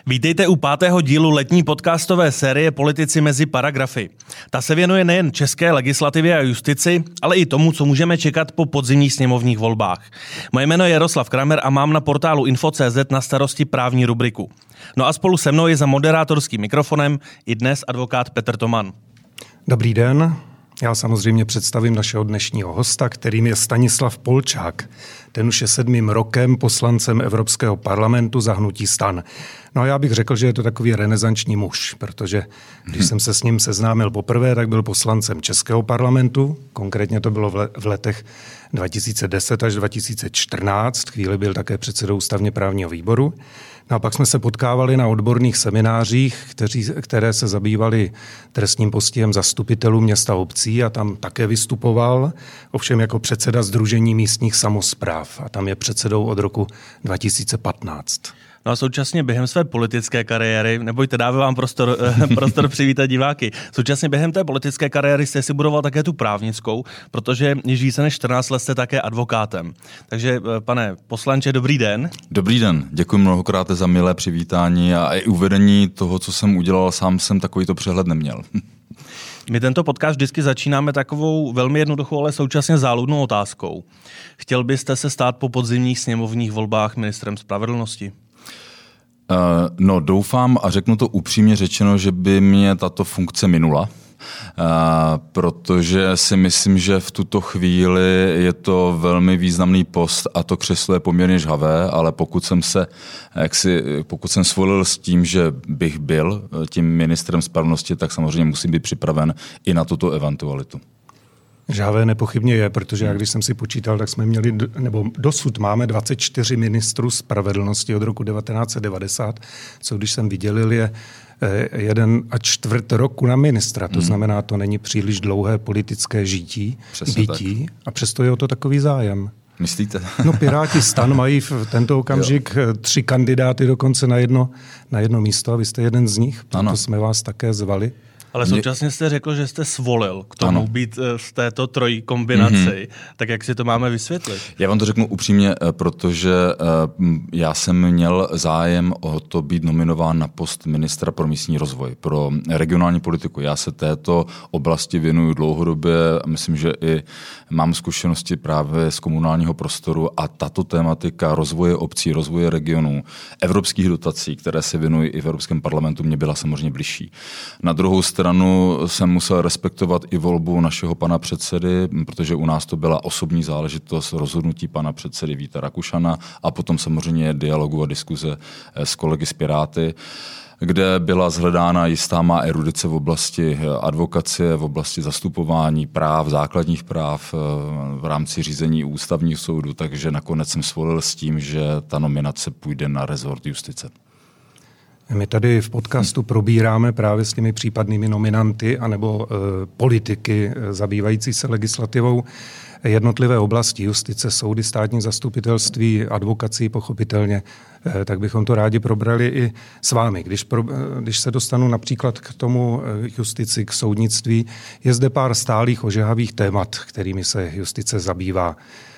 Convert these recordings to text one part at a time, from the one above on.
Vítejte u 5. dílu letní podcastové série Politici mezi paragrafy. Ta se věnuje nejen české legislativě a justici, ale i tomu, co můžeme čekat po podzimních sněmovních volbách. Moje jméno je Jaroslav Kramer a mám na portálu Info.cz na starosti právní rubriku. No a spolu se mnou je za moderátorským mikrofonem i dnes advokát Petr Toman. Dobrý den. Já samozřejmě představím našeho dnešního hosta, kterým je Stanislav Polčák. Ten už je 7. rokem poslancem Evropského parlamentu za hnutí STAN. No a já bych řekl, že je to takový renesanční muž, protože když jsem se s ním seznámil poprvé, tak byl poslancem Českého parlamentu, konkrétně to bylo v letech 2010 až 2014, chvíli byl také předsedou ústavně právního výboru. No a pak jsme se potkávali na odborných seminářích, které se zabývaly trestním postihem zastupitelů města obcí a tam také vystupoval, ovšem jako předseda Sdružení místních samospráv a tam je předsedou od roku 2015. No a současně během své politické kariéry, nebojte, dávám vám prostor přivítat diváky, současně během té politické kariéry jste si budoval také tu právnickou, protože již více než 14 let jste také advokátem. Takže, pane poslanče, dobrý den. Dobrý den, děkuji mnohokrát za milé přivítání a i uvedení toho, co jsem udělal, sám jsem takovýto přehled neměl. My tento podcast vždycky začínáme takovou velmi jednoduchou, ale současně záludnou otázkou. Chtěl byste se stát po podzimních sněmovních volbách ministrem spravedlnosti? No, doufám a řeknu to upřímně řečeno, že by mě tato funkce minula, protože si myslím, že v tuto chvíli je to velmi významný post a to křeslo je poměrně žhavé, ale pokud jsem svolil s tím, že bych byl tím ministrem spravedlnosti, tak samozřejmě musím být připraven i na tuto eventualitu. Žhavé nepochybně je, protože já když jsem si počítal, tak jsme měli, nebo dosud máme 24 ministrů spravedlnosti od roku 1990, co když jsem vydělil je 1,25 roku na ministra. To znamená, to není příliš dlouhé politické bytí a přesto je o to takový zájem. Myslíte? No, Piráti STAN mají v tento okamžik 3 kandidáty dokonce na jedno místo a vy jste jeden z nich, proto jsme vás také zvali. Ale současně jste řekl, že jste svolil k tomu být v této trojkombinaci. Tak jak si to máme vysvětlit? Já vám to řeknu upřímně, protože já jsem měl zájem o to být nominován na post ministra pro místní rozvoj, pro regionální politiku. Já se této oblasti věnuju dlouhodobě, myslím, že i mám zkušenosti právě z komunálního prostoru a tato tematika rozvoje obcí, rozvoje regionů, evropských dotací, které se věnují i v Evropském parlamentu, mě byla samozřejmě bližší. Na druhou stranu jsem musel respektovat i volbu našeho pana předsedy, protože u nás to byla osobní záležitost rozhodnutí pana předsedy Víta Rakušana a potom samozřejmě dialogu a diskuze s kolegy z Piráty, kde byla shledána jistá má erudice v oblasti advokacie, v oblasti zastupování práv, základních práv v rámci řízení ústavního soudu, takže nakonec jsem svolil s tím, že ta nominace půjde na rezort justice. My tady v podcastu probíráme právě s těmi případnými nominanty anebo politiky zabývající se legislativou jednotlivé oblasti justice, soudy, státní zastupitelství, advokací pochopitelně, tak bychom to rádi probrali i s vámi. Když se dostanu například k tomu justici, k soudnictví, je zde pár stálých ožehavých témat, kterými se justice zabývá.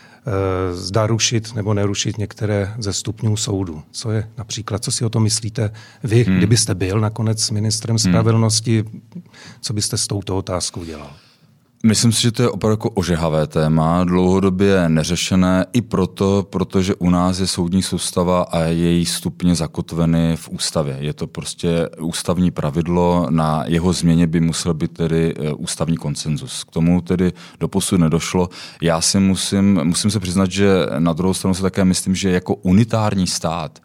Zda rušit nebo nerušit některé ze stupňů soudu. Co je například, co si o tom myslíte vy, kdybyste byl nakonec ministrem spravedlnosti, co byste s touto otázkou dělal? Myslím si, že to je opravdu jako ožehavé téma, dlouhodobě neřešené i proto, protože u nás je soudní soustava a její stupně zakotveny v ústavě. Je to prostě ústavní pravidlo, na jeho změně by musel být tedy ústavní konsenzus. K tomu tedy doposud nedošlo. Já si musím se přiznat, že na druhou stranu se také myslím, že jako unitární stát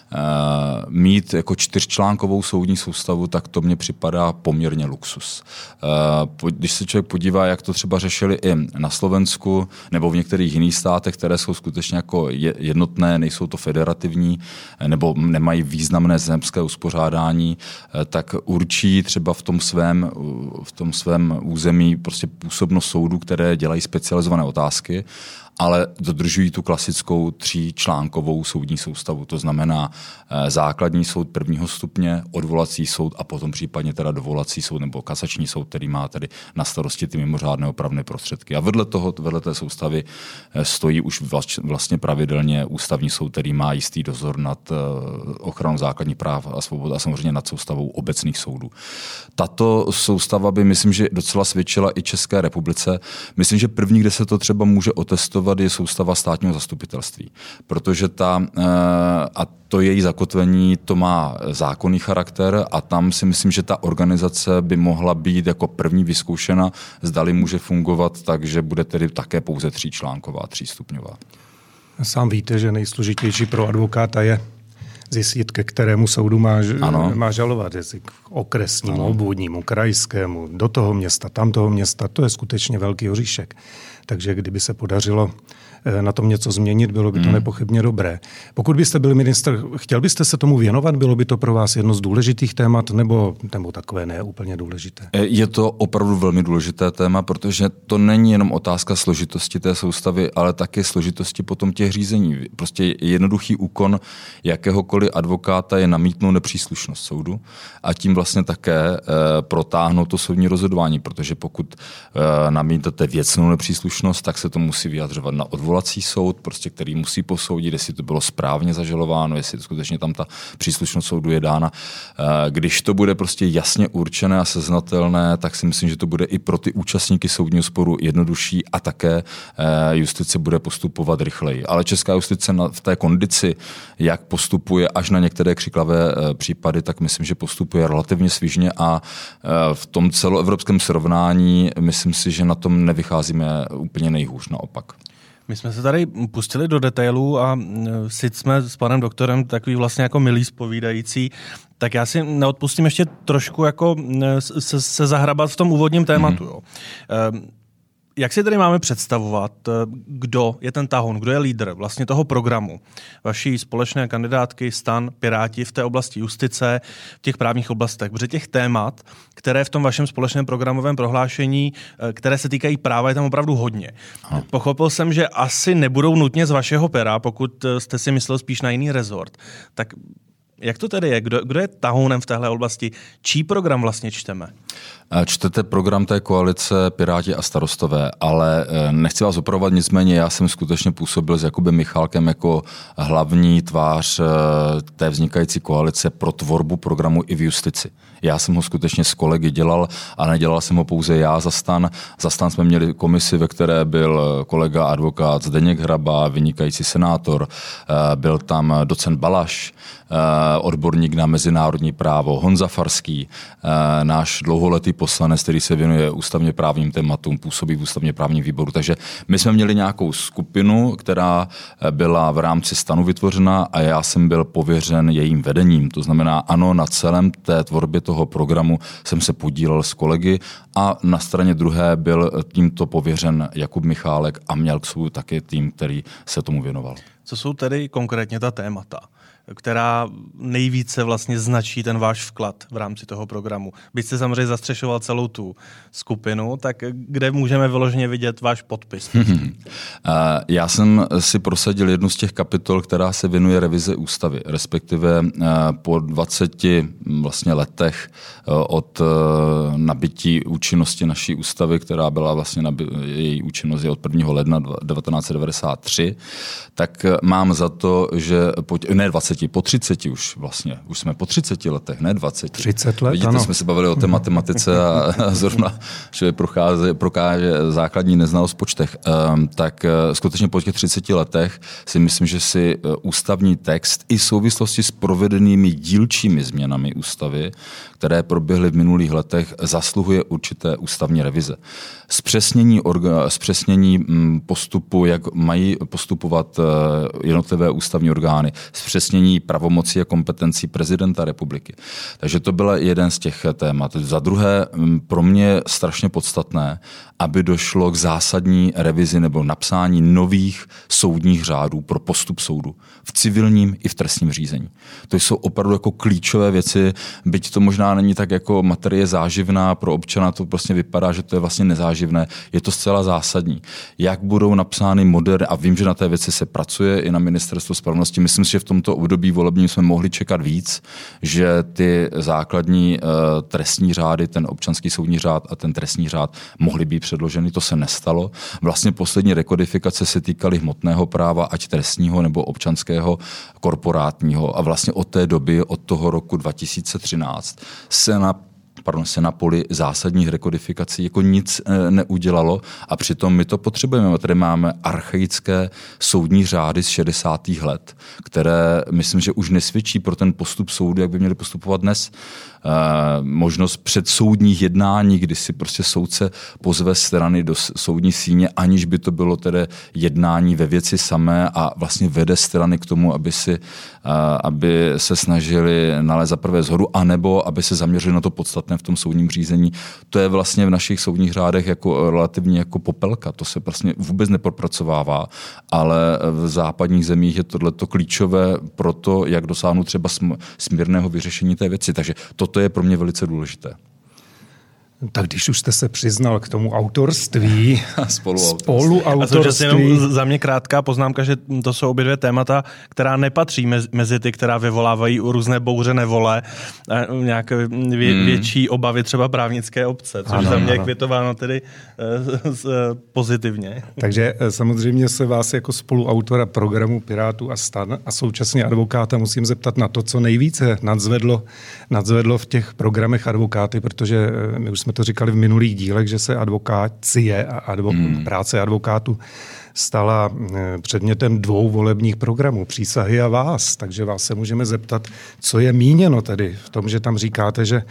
mít jako 4článkovou soudní soustavu, tak to mně připadá poměrně luxus. Když se člověk podívá, jak to třeba řešili i na Slovensku nebo v některých jiných státech, které jsou skutečně jako jednotné, nejsou to federativní nebo nemají významné zemské uspořádání, tak určí třeba v tom svém území prostě působnost soudů, které dělají specializované otázky. ale dodržují tu klasickou 3článkovou soudní soustavu. To znamená základní soud prvního stupně, odvolací soud a potom případně teda dovolací soud nebo kasační soud, který má tedy na starosti ty mimořádné opravné prostředky. A vedle té soustavy stojí už vlastně pravidelně ústavní soud, který má jistý dozor nad ochranou základních práv a svobod a samozřejmě nad soustavou obecných soudů. Tato soustava by, myslím, že docela svědčila i České republice. Myslím, že první, kde se to třeba může otestovat, je soustava státního zastupitelství, protože a to její zakotvení, to má zákonný charakter a tam si myslím, že ta organizace by mohla být jako první vyzkoušena, zdali může fungovat tak, že bude tedy také pouze 3článková, 3stupňová. Sám víte, že nejsložitější pro advokáta je zjistit, ke kterému soudu má žalovat, jestli k okresnímu, obvodnímu, krajskému, do toho města, tam toho města, to je skutečně velký oříšek. Takže kdyby se podařilo na tom něco změnit, bylo by to nepochybně dobré. Pokud byste byl ministr, chtěl byste se tomu věnovat? Bylo by to pro vás jedno z důležitých témat nebo takové ne úplně důležité? Je to opravdu velmi důležité téma, protože to není jenom otázka složitosti té soustavy, ale také složitosti potom těch řízení. Prostě jednoduchý úkon jakéhokoliv advokáta je namítnout nepříslušnost soudu a tím vlastně také protáhnout to soudní rozhodování, protože pokud namítáte věcnou nepříslušnost, tak se to musí vyjadřovat na odvolací soud, prostě, který musí posoudit, jestli to bylo správně zažalováno, jestli to skutečně tam ta příslušnost soudu je dána. Když to bude prostě jasně určené a seznatelné, tak si myslím, že to bude i pro ty účastníky soudního sporu jednodušší a také justice bude postupovat rychleji. Ale česká justice v té kondici, jak postupuje až na některé křiklavé případy, tak myslím, že postupuje relativně svižně a v tom celoevropském srovnání myslím si, že na tom nevycházíme úplně nejhůř, naopak. My jsme se tady pustili do detailů a sice jsme s panem doktorem takový vlastně jako milý zpovídající, tak já si neodpustím ještě trošku jako se zahrabat v tom úvodním tématu. Jo. Jak si tedy máme představovat, kdo je ten tahoun, kdo je lídr vlastně toho programu? Vaší společné kandidátky, STAN, Piráti v té oblasti justice, v těch právních oblastech, protože těch témat, které v tom vašem společném programovém prohlášení, které se týkají práva, je tam opravdu hodně. Aha. Pochopil jsem, že asi nebudou nutně z vašeho pera, pokud jste si myslel spíš na jiný rezort. Tak jak to tedy je? Kdo je tahounem v téhle oblasti? Čí program vlastně čteme? Čtete program té koalice Piráti a Starostové, ale nechci vás opravovat, nicméně já jsem skutečně působil s Jakubem Michálkem jako hlavní tvář té vznikající koalice pro tvorbu programu i v justici. Já jsem ho skutečně s kolegy dělal a nedělal jsem ho pouze já za STAN. Za STAN jsme měli komisi, ve které byl kolega advokát Zdeněk Hraba, vynikající senátor, byl tam docent Balaš, odborník na mezinárodní právo, Honza Farský, náš dlouholetý poslanec, který se věnuje ústavně právním tématům, působí v ústavně právním výboru. Takže my jsme měli nějakou skupinu, která byla v rámci STANu vytvořena a já jsem byl pověřen jejím vedením. To znamená, ano, na celém té tvorbě toho programu jsem se podílel s kolegy a na straně druhé byl tímto pověřen Jakub Michálek a měl k sobě také tým, který se tomu věnoval. Co jsou tedy konkrétně ta témata, která nejvíce vlastně značí ten váš vklad v rámci toho programu? Byť jste samozřejmě zastřešoval celou tu skupinu, tak kde můžeme vyloženě vidět váš podpis? Já jsem si prosadil jednu z těch kapitol, která se věnuje revize ústavy, respektive po 20 vlastně letech od nabytí účinnosti naší ústavy, která byla vlastně její účinnost je od 1. ledna 1993, tak mám za to, že po 30 už vlastně, už jsme po 30 letech, ne 20. 30 let, vidíte, ano. Jsme se bavili o té matematice a zrovna, že prokáže základní neznalost v počtech. Tak skutečně po těch 30 letech si myslím, že si ústavní text i v souvislosti s provedenými dílčími změnami ústavy, které proběhly v minulých letech, zasluhuje určité ústavní revize. Zpřesnění postupu, jak mají postupovat jednotlivé ústavní orgány, zpřesnění pravomocí jako kompetencí prezidenta republiky. Takže to byl jeden z těch témat. Za druhé, pro mě je strašně podstatné, aby došlo k zásadní revizi nebo napsání nových soudních řádů pro postup soudu v civilním i v trestním řízení. To jsou opravdu jako klíčové věci, byť to možná není tak jako materie záživná pro občana, to prostě vypadá, že to je vlastně nezáživné. Je to zcela zásadní. Jak budou napsány moderny, a vím, že na té věci se pracuje i na Ministerstvu spravedlnosti, myslím si, že v tomto období volebním jsme mohli čekat víc, že ty základní trestní řády, ten občanský soudní řád a ten trestní řád mohly být předloženy, to se nestalo. Vlastně poslední rekodifikace se týkaly hmotného práva, ať trestního nebo občanského, korporátního, a vlastně od té doby, od toho roku 2013 se na poli zásadních rekodifikací jako nic neudělalo a přitom my to potřebujeme. Tady máme archaické soudní řády z 60. let, které myslím, že už nesvědčí pro ten postup soudu, jak by měli postupovat dnes. Možnost předsoudních jednání, kdy si prostě soudce pozve strany do soudní síně, aniž by to bylo tedy jednání ve věci samé a vlastně vede strany k tomu, aby se snažili nalézt za prvé shodu, anebo aby se zaměřili na to podstatné v tom soudním řízení. To je vlastně v našich soudních řádech jako relativně jako popelka. To se vlastně vůbec nepropracovává, ale v západních zemích je tohleto klíčové pro to, jak dosáhnout třeba smírného vyřešení té věci. Takže toto je pro mě velice důležité. Tak když už jste se přiznal k tomu autorství, spoluautorství. A současně jenom za mě krátká poznámka, že to jsou obě dvě témata, která nepatří mezi ty, která vyvolávají různé bouře nevole a nějaké větší obavy třeba právnické obce, což za mě je kvitováno tedy pozitivně. Takže samozřejmě se vás jako spoluautora programu Pirátů a STAN a současně advokáta musím zeptat na to, co nejvíce nadzvedlo v těch programech advokáty, protože my už jsme to říkali v minulých dílech, že se advokácie a práce advokátů stala předmětem 2 volebních programů, Přísahy a Vás. Takže vás se můžeme zeptat, co je míněno tedy v tom, že tam říkáte, že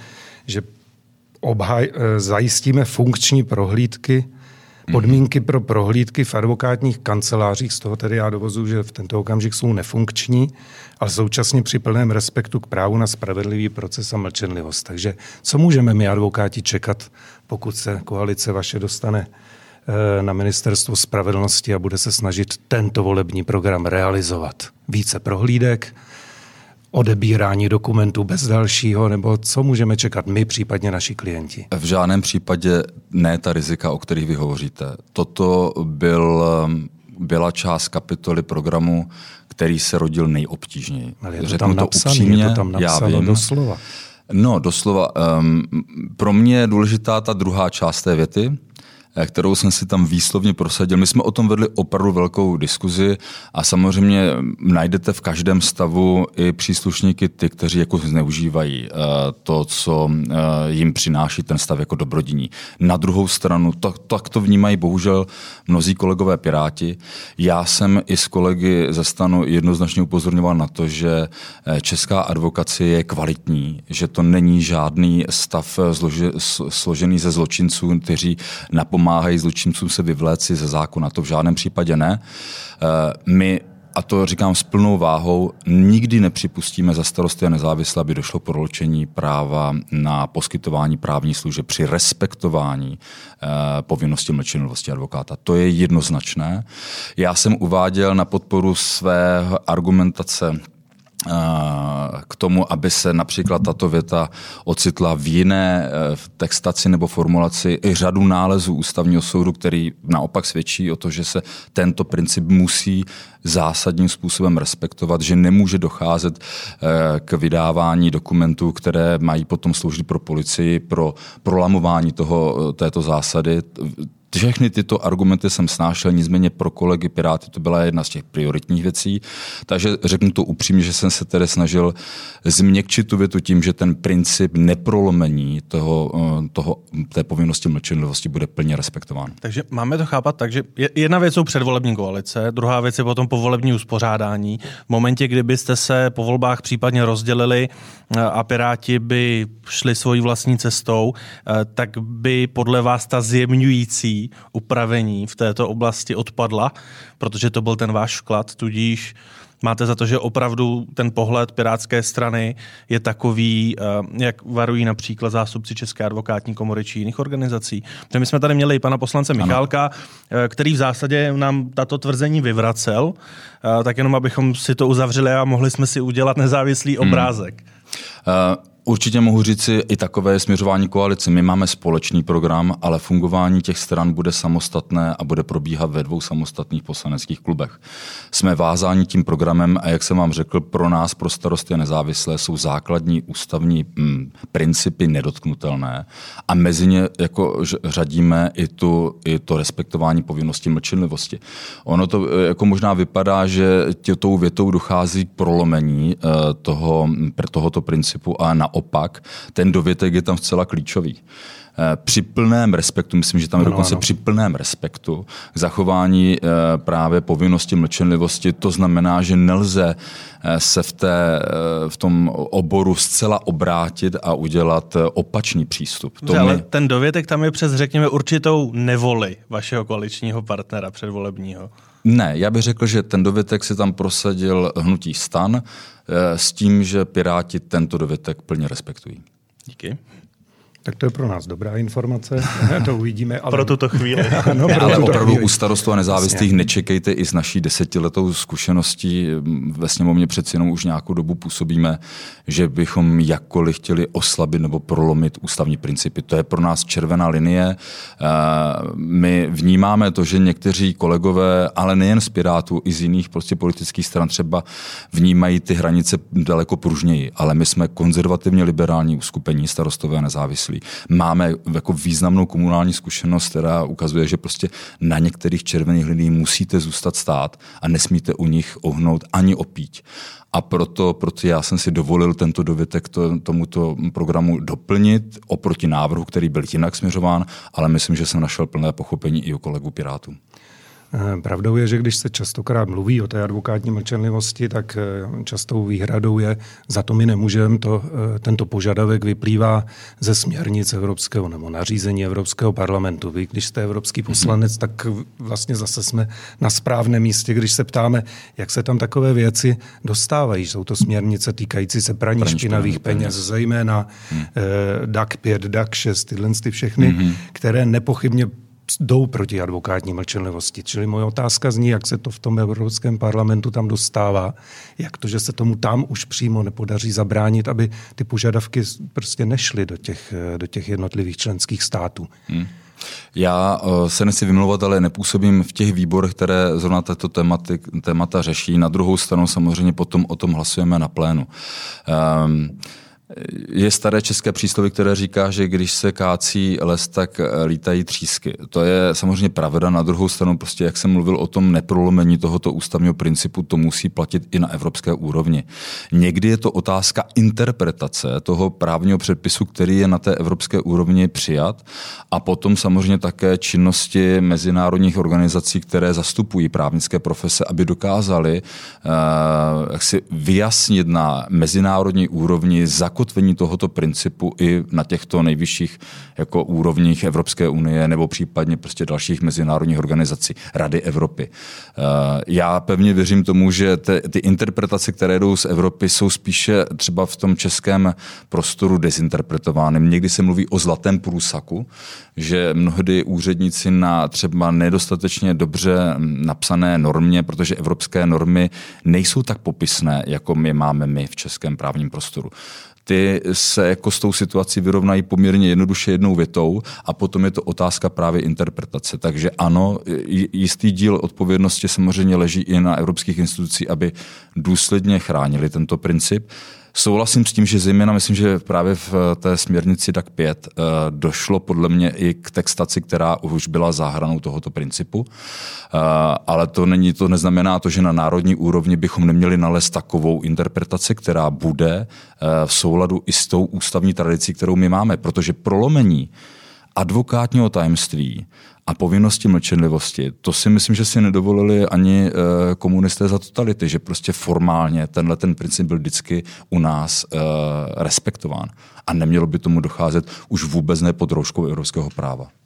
zajistíme funkční prohlídky, podmínky pro prohlídky v advokátních kancelářích, z toho tedy já dovozuji, že v tento okamžik jsou nefunkční, ale současně při plném respektu k právu na spravedlivý proces a mlčenlivost. Takže co můžeme my advokáti čekat, pokud se koalice vaše dostane na Ministerstvo spravedlnosti a bude se snažit tento volební program realizovat? Více prohlídek, odebírání dokumentů bez dalšího, nebo co můžeme čekat my, případně naši klienti? V žádném případě ne ta rizika, o kterých vy hovoříte. Toto byla část kapitoly programu, který se rodil nejobtížněji. Ale je to tam napsané, doslova. No, doslova. Pro mě je důležitá ta druhá část té věty, kterou jsem si tam výslovně prosadil. My jsme o tom vedli opravdu velkou diskuzi a samozřejmě najdete v každém stavu i příslušníky ty, kteří jako zneužívají to, co jim přináší ten stav jako dobrodiní. Na druhou stranu, tak to vnímají bohužel mnozí kolegové Piráti. Já jsem i s kolegy ze STANu jednoznačně upozorňoval na to, že česká advokacie je kvalitní, že to není žádný stav složený ze zločinců, kteří napomáhají zločincům se vyvléci ze zákona. To v žádném případě ne. My, a to říkám s plnou váhou, nikdy nepřipustíme za starosty a nezávislé, aby došlo k proločení práva na poskytování právní služeb při respektování povinnosti mlčenlivosti advokáta. To je jednoznačné. Já jsem uváděl na podporu své argumentace k tomu, aby se například tato věta ocitla v jiné textaci nebo formulaci i řadu nálezů ústavního soudu, který naopak svědčí o to, že se tento princip musí zásadním způsobem respektovat, že nemůže docházet k vydávání dokumentů, které mají potom sloužit pro policii, pro prolamování této zásady. Všechny tyto argumenty jsem snášel, nicméně pro kolegy Piráty to byla jedna z těch prioritních věcí. Takže řeknu to upřímně, že jsem se tedy snažil změkčit tu větu tím, že ten princip neprolomení té povinnosti mlčenlivosti bude plně respektován. Takže máme to chápat tak, že jedna věc jsou předvolební koalice, druhá věc je potom povolební uspořádání. V momentě, kdybyste se po volbách případně rozdělili a Piráti by šli svojí vlastní cestou, tak by podle vás ta zjemňující další upravení v této oblasti odpadla, protože to byl ten váš vklad, tudíž máte za to, že opravdu ten pohled Pirátské strany je takový, jak varují například zástupci České advokátní komory či jiných organizací. My jsme tady měli i pana poslance Michálka, který v zásadě nám tato tvrzení vyvracel, tak jenom abychom si to uzavřeli a mohli jsme si udělat nezávislý obrázek. Určitě mohu říci i takové směřování koalice. My máme společný program, ale fungování těch stran bude samostatné a bude probíhat ve 2 samostatných poslaneckých klubech. Jsme vázáni tím programem a jak jsem vám řekl, pro nás, pro Starosty a nezávislé, jsou základní ústavní principy nedotknutelné a mezi ně jako řadíme i to respektování povinnosti mlčenlivosti. Ono to jako možná vypadá, že tou větou dochází k prolomení tohoto principu a naopak ten dovětek je tam zcela klíčový. Při plném respektu, myslím, že tam je dokonce při plném respektu k zachování právě povinnosti mlčenlivosti, to znamená, že nelze se v tom oboru zcela obrátit a udělat opačný přístup. Ale ten dovětek tam je přes, řekněme, určitou nevoli vašeho koaličního partnera předvolebního. Ne, já bych řekl, že ten dovětek si tam prosadil hnutí STAN s tím, že Piráti tento dovětek plně respektují. Díky. Tak to je pro nás dobrá informace, to uvidíme. Ale... Pro tuto chvíli. Ano, ale opravdu u Starostů a nezávislých nečekejte i s naší 10letou zkušeností. Ve sněmovně přeci jenom už nějakou dobu působíme, že bychom jakkoliv chtěli oslabit nebo prolomit ústavní principy. To je pro nás červená linie. My vnímáme to, že někteří kolegové, ale nejen z Pirátů, i z jiných prostě politických stran třeba vnímají ty hranice daleko pružněji, ale my jsme konzervativně liberální uskupení Starostové a nezávislí. Máme jako významnou komunální zkušenost, která ukazuje, že prostě na některých červených liniích musíte zůstat stát a nesmíte u nich ohnout ani opíť. A proto já jsem si dovolil tento dovětek tomuto programu doplnit oproti návrhu, který byl jinak směřován, ale myslím, že jsem našel plné pochopení i u kolegů Pirátů. Pravdou je, že když se častokrát mluví o té advokátní mlčenlivosti, tak častou výhradou je, za to my nemůžeme, tento požadavek vyplývá ze směrnic evropského nebo nařízení Evropského parlamentu. Vy, když jste evropský poslanec, tak vlastně zase jsme na správném místě, když se ptáme, jak se tam takové věci dostávají. Jsou to směrnice týkající se praní špinavých peněz, zejména DAC 5, DAC 6, tyhle všechny, které nepochybně jdou proti advokátní mlčenlivosti. Čili moje otázka zní, jak se to v tom Evropském parlamentu tam dostává, jak to, že se tomu tam už přímo nepodaří zabránit, aby ty požadavky prostě nešly do těch jednotlivých členských států. Já se nechci vymlouvat, ale nepůsobím v těch výborech, které zrovna tato témata řeší. Na druhou stranu samozřejmě potom o tom hlasujeme na plénu. Je staré české přísloví, které říká, že když se kácí les, tak lítají třísky. To je samozřejmě pravda. Na druhou stranu, prostě jak jsem mluvil o tom neprolomení tohoto ústavního principu, to musí platit i na evropské úrovni. Někdy je to otázka interpretace toho právního předpisu, který je na té evropské úrovni přijat, a potom samozřejmě také činnosti mezinárodních organizací, které zastupují právnické profese, aby dokázali jak si vyjasnit na mezinárodní úrovni zakotvení tohoto principu i na těchto nejvyšších jako úrovních Evropské unie nebo případně prostě dalších mezinárodních organizací, Rady Evropy. Já pevně věřím tomu, že ty interpretace, které jdou z Evropy, jsou spíše třeba v tom českém prostoru dezinterpretovány. Někdy se mluví o zlatém průsaku, že mnohdy úředníci na třeba nedostatečně dobře napsané normě, protože evropské normy nejsou tak popisné, jako my máme my v českém právním prostoru. Ty se jako s tou situací vyrovnají poměrně jednoduše jednou větou a potom je to otázka právě interpretace. Takže ano, jistý díl odpovědnosti samozřejmě leží i na evropských institucích, aby důsledně chránili tento princip. Souhlasím s tím, že zejména myslím, že právě v té směrnici DAC 5 došlo podle mě i k textaci, která už byla za hranou tohoto principu, ale to neznamená to, že na národní úrovni bychom neměli nalézt takovou interpretaci, která bude v souladu i s tou ústavní tradicí, kterou my máme, protože prolomení advokátního tajemství a povinnosti mlčenlivosti, to si myslím, že si nedovolili ani komunisté za totality, že prostě formálně ten princip byl vždycky u nás respektován. A nemělo by tomu docházet už vůbec ne pod rouškou evropského práva.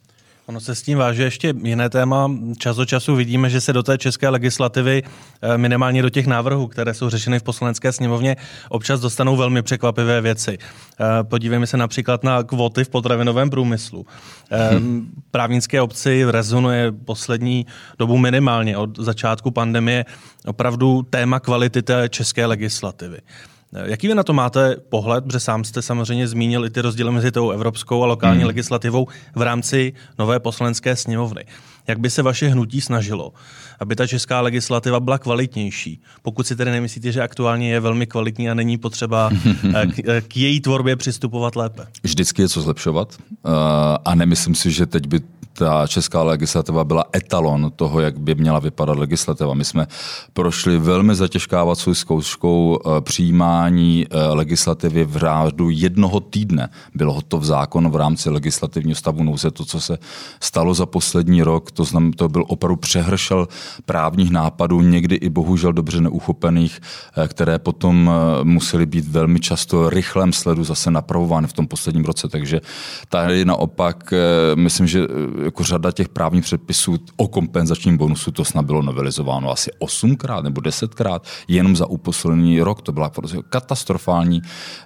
Ono se s tím váže ještě jiné téma. Čas od času vidíme, že se do té české legislativy, minimálně do těch návrhů, které jsou řešeny v Poslanecké sněmovně, občas dostanou velmi překvapivé věci. Podívejme se například na kvóty v potravinovém průmyslu. Právnické obci rezonuje poslední dobu minimálně od začátku pandemie opravdu téma kvality té české legislativy. Jaký vy na to máte pohled, protože sám jste samozřejmě zmínil i ty rozdíly mezi tou evropskou a lokální legislativou v rámci nové Poslanecké sněmovny. Jak by se vaše hnutí snažilo, aby ta česká legislativa byla kvalitnější, pokud si tedy nemyslíte, že aktuálně je velmi kvalitní a není potřeba k její tvorbě přistupovat lépe? Vždycky je co zlepšovat a nemyslím si, že teď by ta česká legislativa byla etalon toho, jak by měla vypadat legislativa. My jsme prošli velmi zatěžkávacou zkouškou přijímání legislativy v řádu 1 týdne. Byl hotov zákon v rámci legislativního stavu nouze. To, co se stalo za poslední rok, to byl opravdu přehršel právních nápadů, někdy i bohužel dobře neuchopených, které potom musely být velmi často rychlém sledu zase napravovány v tom posledním roce. Takže tady naopak myslím, že jako řada těch právních předpisů o kompenzačním bonusu to snad bylo novelizováno asi 8krát nebo 10krát jenom za poslední rok. To byla prostě katastrofální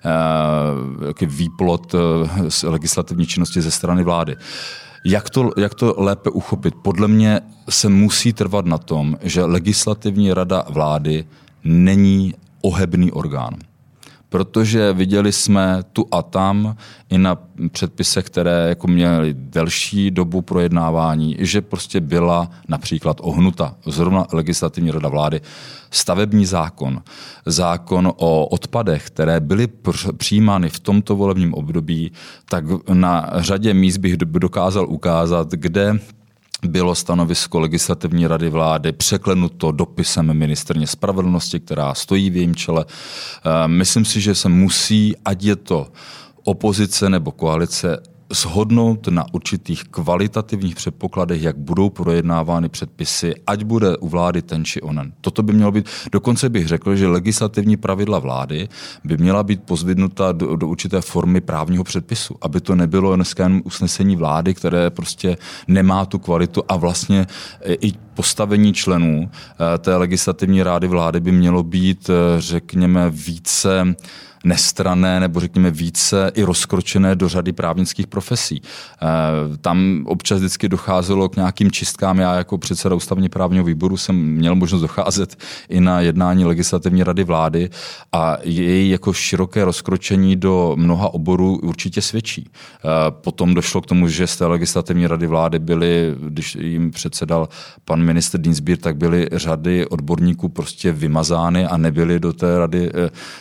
výplod legislativní činnosti ze strany vlády. Jak to lépe uchopit? Podle mě se musí trvat na tom, že legislativní rada vlády není ohebný orgán. Protože viděli jsme tu a tam i na předpisech, které jako měly delší dobu projednávání, že prostě byla například ohnuta. Zrovna legislativní rada vlády, stavební zákon, zákon o odpadech, které byly přijímány v tomto volebním období, tak na řadě míst bych dokázal ukázat, kde bylo stanovisko legislativní rady vlády překlenuto dopisem ministryně spravedlnosti, která stojí v jejím čele. Myslím si, že se musí, ať je to opozice nebo koalice, shodnout na určitých kvalitativních předpokladech, jak budou projednávány předpisy, ať bude u vlády ten či onen. Toto by mělo být, dokonce bych řekl, že legislativní pravidla vlády by měla být pozvednuta do určité formy právního předpisu, aby to nebylo dneska jen usnesení vlády, které prostě nemá tu kvalitu a vlastně i postavení členů té legislativní rady vlády by mělo být, řekněme, více nestranné nebo řekněme více i rozkročené do řady právnických profesí. Tam občas vždycky docházelo k nějakým čistkám. Já jako předseda ústavně právního výboru jsem měl možnost docházet i na jednání legislativní rady vlády a její jako široké rozkročení do mnoha oborů určitě svědčí. Potom došlo k tomu, že z té legislativní rady vlády byly, když jim předsedal pan ministr Dienstbier, tak byly řady odborníků prostě vymazány a nebyly do té rady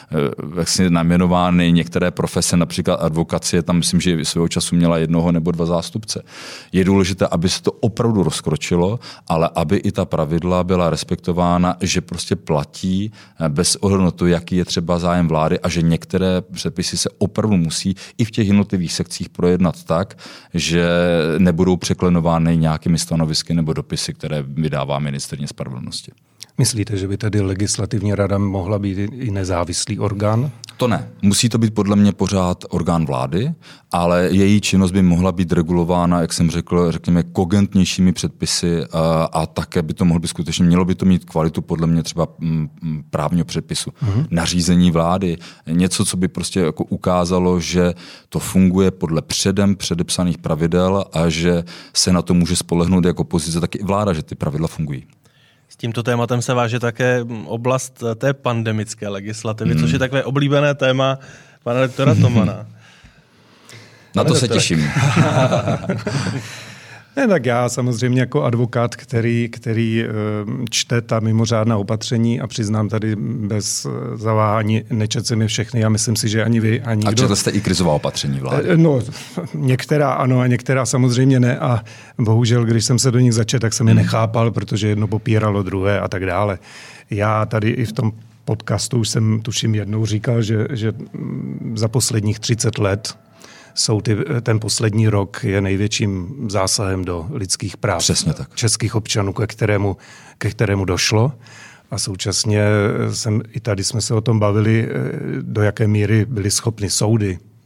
najmenovány některé profese, například advokacie, tam myslím, že svého času měla 1 nebo 2 zástupce. Je důležité, aby se to opravdu rozkročilo, ale aby i ta pravidla byla respektována, že prostě platí bez ohledu na to, jaký je třeba zájem vlády a že některé předpisy se opravdu musí i v těch jednotlivých sekcích projednat tak, že nebudou překlenovány nějakými stanovisky nebo dopisy, které vydává ministryně spravedlnosti. Myslíte, že by tedy legislativní rada mohla být i nezávislý orgán? To ne. Musí to být podle mě pořád orgán vlády, ale její činnost by mohla být regulována, jak jsem řekl, řekněme, kogentnějšími předpisy a také by to mohlo být skutečně, mělo by to mít kvalitu podle mě třeba právního předpisu. Nařízení vlády, něco, co by prostě jako ukázalo, že to funguje podle předem předepsaných pravidel a že se na to může spolehnout jako opozice, tak i vláda, že ty pravidla fungují. S tímto tématem se váže také oblast té pandemické legislativy, což je takové oblíbené téma pana doktora Tomana. Na to se těším. Ne, tak já samozřejmě jako advokát, který čte ta mimořádná opatření a přiznám tady bez zaváhání, nečetl jsem je všechny, já myslím si, že ani vy, ani a četl jste i krizová opatření vlády? No, některá ano a některá samozřejmě ne a bohužel, když jsem se do nich začet, tak jsem je nechápal, protože jedno popíralo druhé a tak dále. Já tady i v tom podcastu už jsem tuším jednou říkal, že za posledních 30 let ten poslední rok je největším zásahem do lidských práv českých občanů, ke kterému došlo. A současně i tady jsme se o tom bavili, do jaké míry byly schopny soudy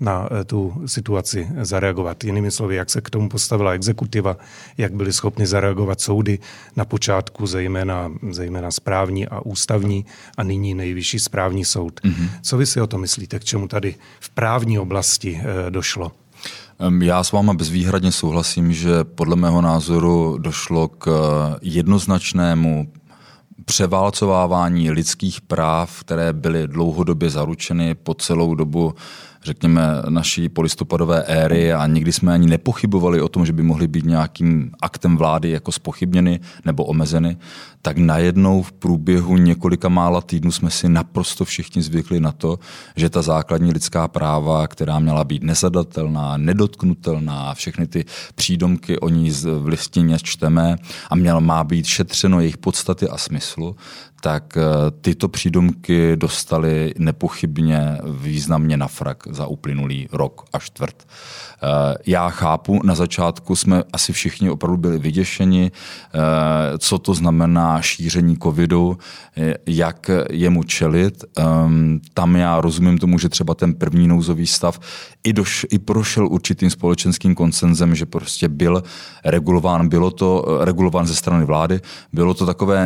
na tu situaci zareagovat. Jinými slovy, jak se k tomu postavila exekutiva, jak byly schopny zareagovat soudy na počátku, zejména správní a ústavní a nyní Nejvyšší správní soud. Co vy si o tom myslíte, k čemu tady v právní oblasti došlo? Já s váma bezvýhradně souhlasím, že podle mého názoru došlo k jednoznačnému převálcovávání lidských práv, které byly dlouhodobě zaručeny po celou dobu, řekněme, naší polistopadové éry a nikdy jsme ani nepochybovali o tom, že by mohly být nějakým aktem vlády jako zpochybněny nebo omezeny, tak najednou v průběhu několika mála týdnů jsme si naprosto všichni zvykli na to, že ta základní lidská práva, která měla být nezadatelná, nedotknutelná, všechny ty přídomky o ní v listině čteme a má být šetřeno jejich podstaty a smyslu, tak tyto přídomky dostaly nepochybně významně na frak za uplynulý rok a čtvrt. Já chápu, na začátku jsme asi všichni opravdu byli vyděšeni, co to znamená šíření covidu, jak jemu čelit. Tam já rozumím tomu, že třeba ten první nouzový stav i prošel určitým společenským konsenzem, že prostě byl regulován, bylo to regulován ze strany vlády, bylo to takové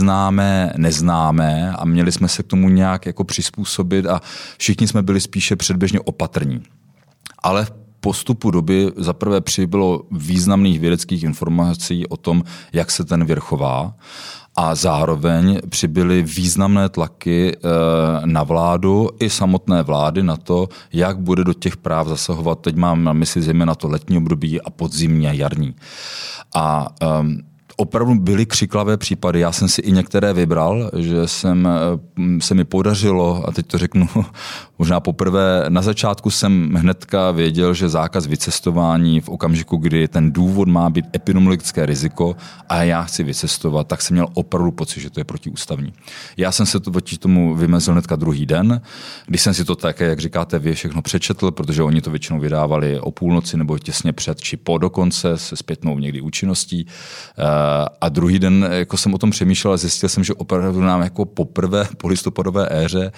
neznámé a měli jsme se k tomu nějak jako přizpůsobit a všichni jsme byli spíše předběžně opatrní. Ale v postupu doby zaprvé přibylo významných vědeckých informací o tom, jak se ten vir chová a zároveň přibyly významné tlaky na vládu i samotné vlády na to, jak bude do těch práv zasahovat. Teď mám na mysli zejména to letní období a podzimní a jarní. A opravdu byly křiklavé případy, já jsem si i některé vybral, že se mi podařilo, a teď to řeknu možná poprvé, na začátku jsem hnedka věděl, že zákaz vycestování v okamžiku, kdy ten důvod má být epidemiologické riziko a já chci vycestovat, tak jsem měl opravdu pocit, že to je protiústavní. Já jsem se tomu vymezil hnedka druhý den, když jsem si to také, jak říkáte vy, všechno přečetl, protože oni to většinou vydávali o půlnoci nebo těsně před či po dokonce se zpětnou někdy účinností. A druhý den jako jsem o tom přemýšlel a zjistil jsem, že opravdu nám jako poprvé po listopadové éře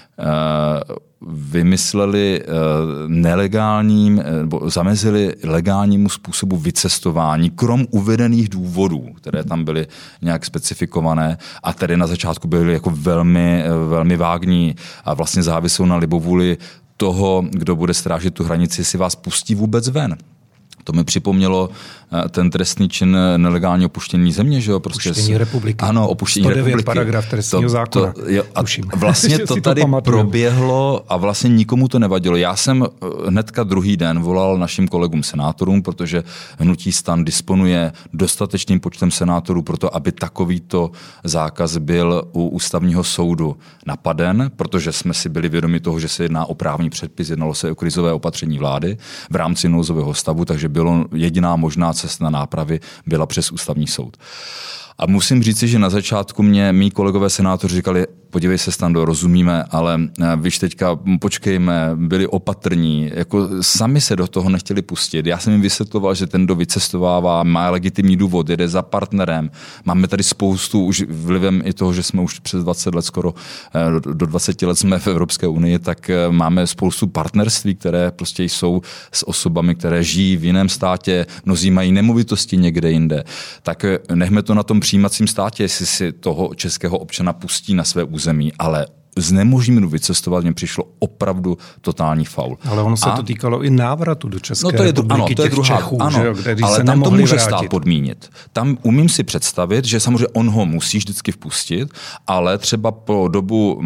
vymysleli nelegálním, nebo zamezili legálnímu způsobu vycestování, krom uvedených důvodů, které tam byly nějak specifikované a tedy na začátku byly jako velmi, velmi vágní a vlastně závisou na libovůli toho, kdo bude strážit tu hranici, jestli vás pustí vůbec ven. To mi připomnělo ten trestný čin nelegální opuštění země, že jo? Prostě opuštění republiky. Ano, opuštění 109 republiky. Paragraf trestního zákona. A vlastně to tady proběhlo a vlastně nikomu to nevadilo. Já jsem hnedka druhý den volal našim kolegům senátorům, protože hnutí STAN disponuje dostatečným počtem senátorů pro to, aby takovýto zákaz byl u ústavního soudu napaden, protože jsme si byli vědomi toho, že se jedná o právní předpis, jednalo se o krizové opatření vlády v rámci nouzového stavu, takže bylo jediná možná cesta nápravy byla přes ústavní soud. A musím říci, že na začátku mě mý kolegové senátoři říkali, podívej se, Stando, rozumíme, ale víš, teďka počkejme, byli opatrní, jako sami se do toho nechtěli pustit. Já jsem jim vysvětloval, že ten, kdo vycestovává, má legitimní důvod, jede za partnerem. Máme tady spoustu, už vlivem i toho, že jsme už přes 20 let, skoro do 20 let jsme v Evropské unii, tak máme spoustu partnerství, které prostě jsou s osobami, které žijí v jiném státě, mnozí mají nemovitosti někde jinde. Tak nechme to na tom přijímacím státě, jestli si toho českého občana pustí na své území, ale znemožnění vycestovat mě přišlo opravdu totální faul. Ale ono se to týkalo i návratu do České republiky, ano, to je druhá, Čechů, ano, že, ale se tam to může vrátit. stát podmínit. Tam umím si představit, že samozřejmě on ho musí vždycky vpustit, ale třeba po dobu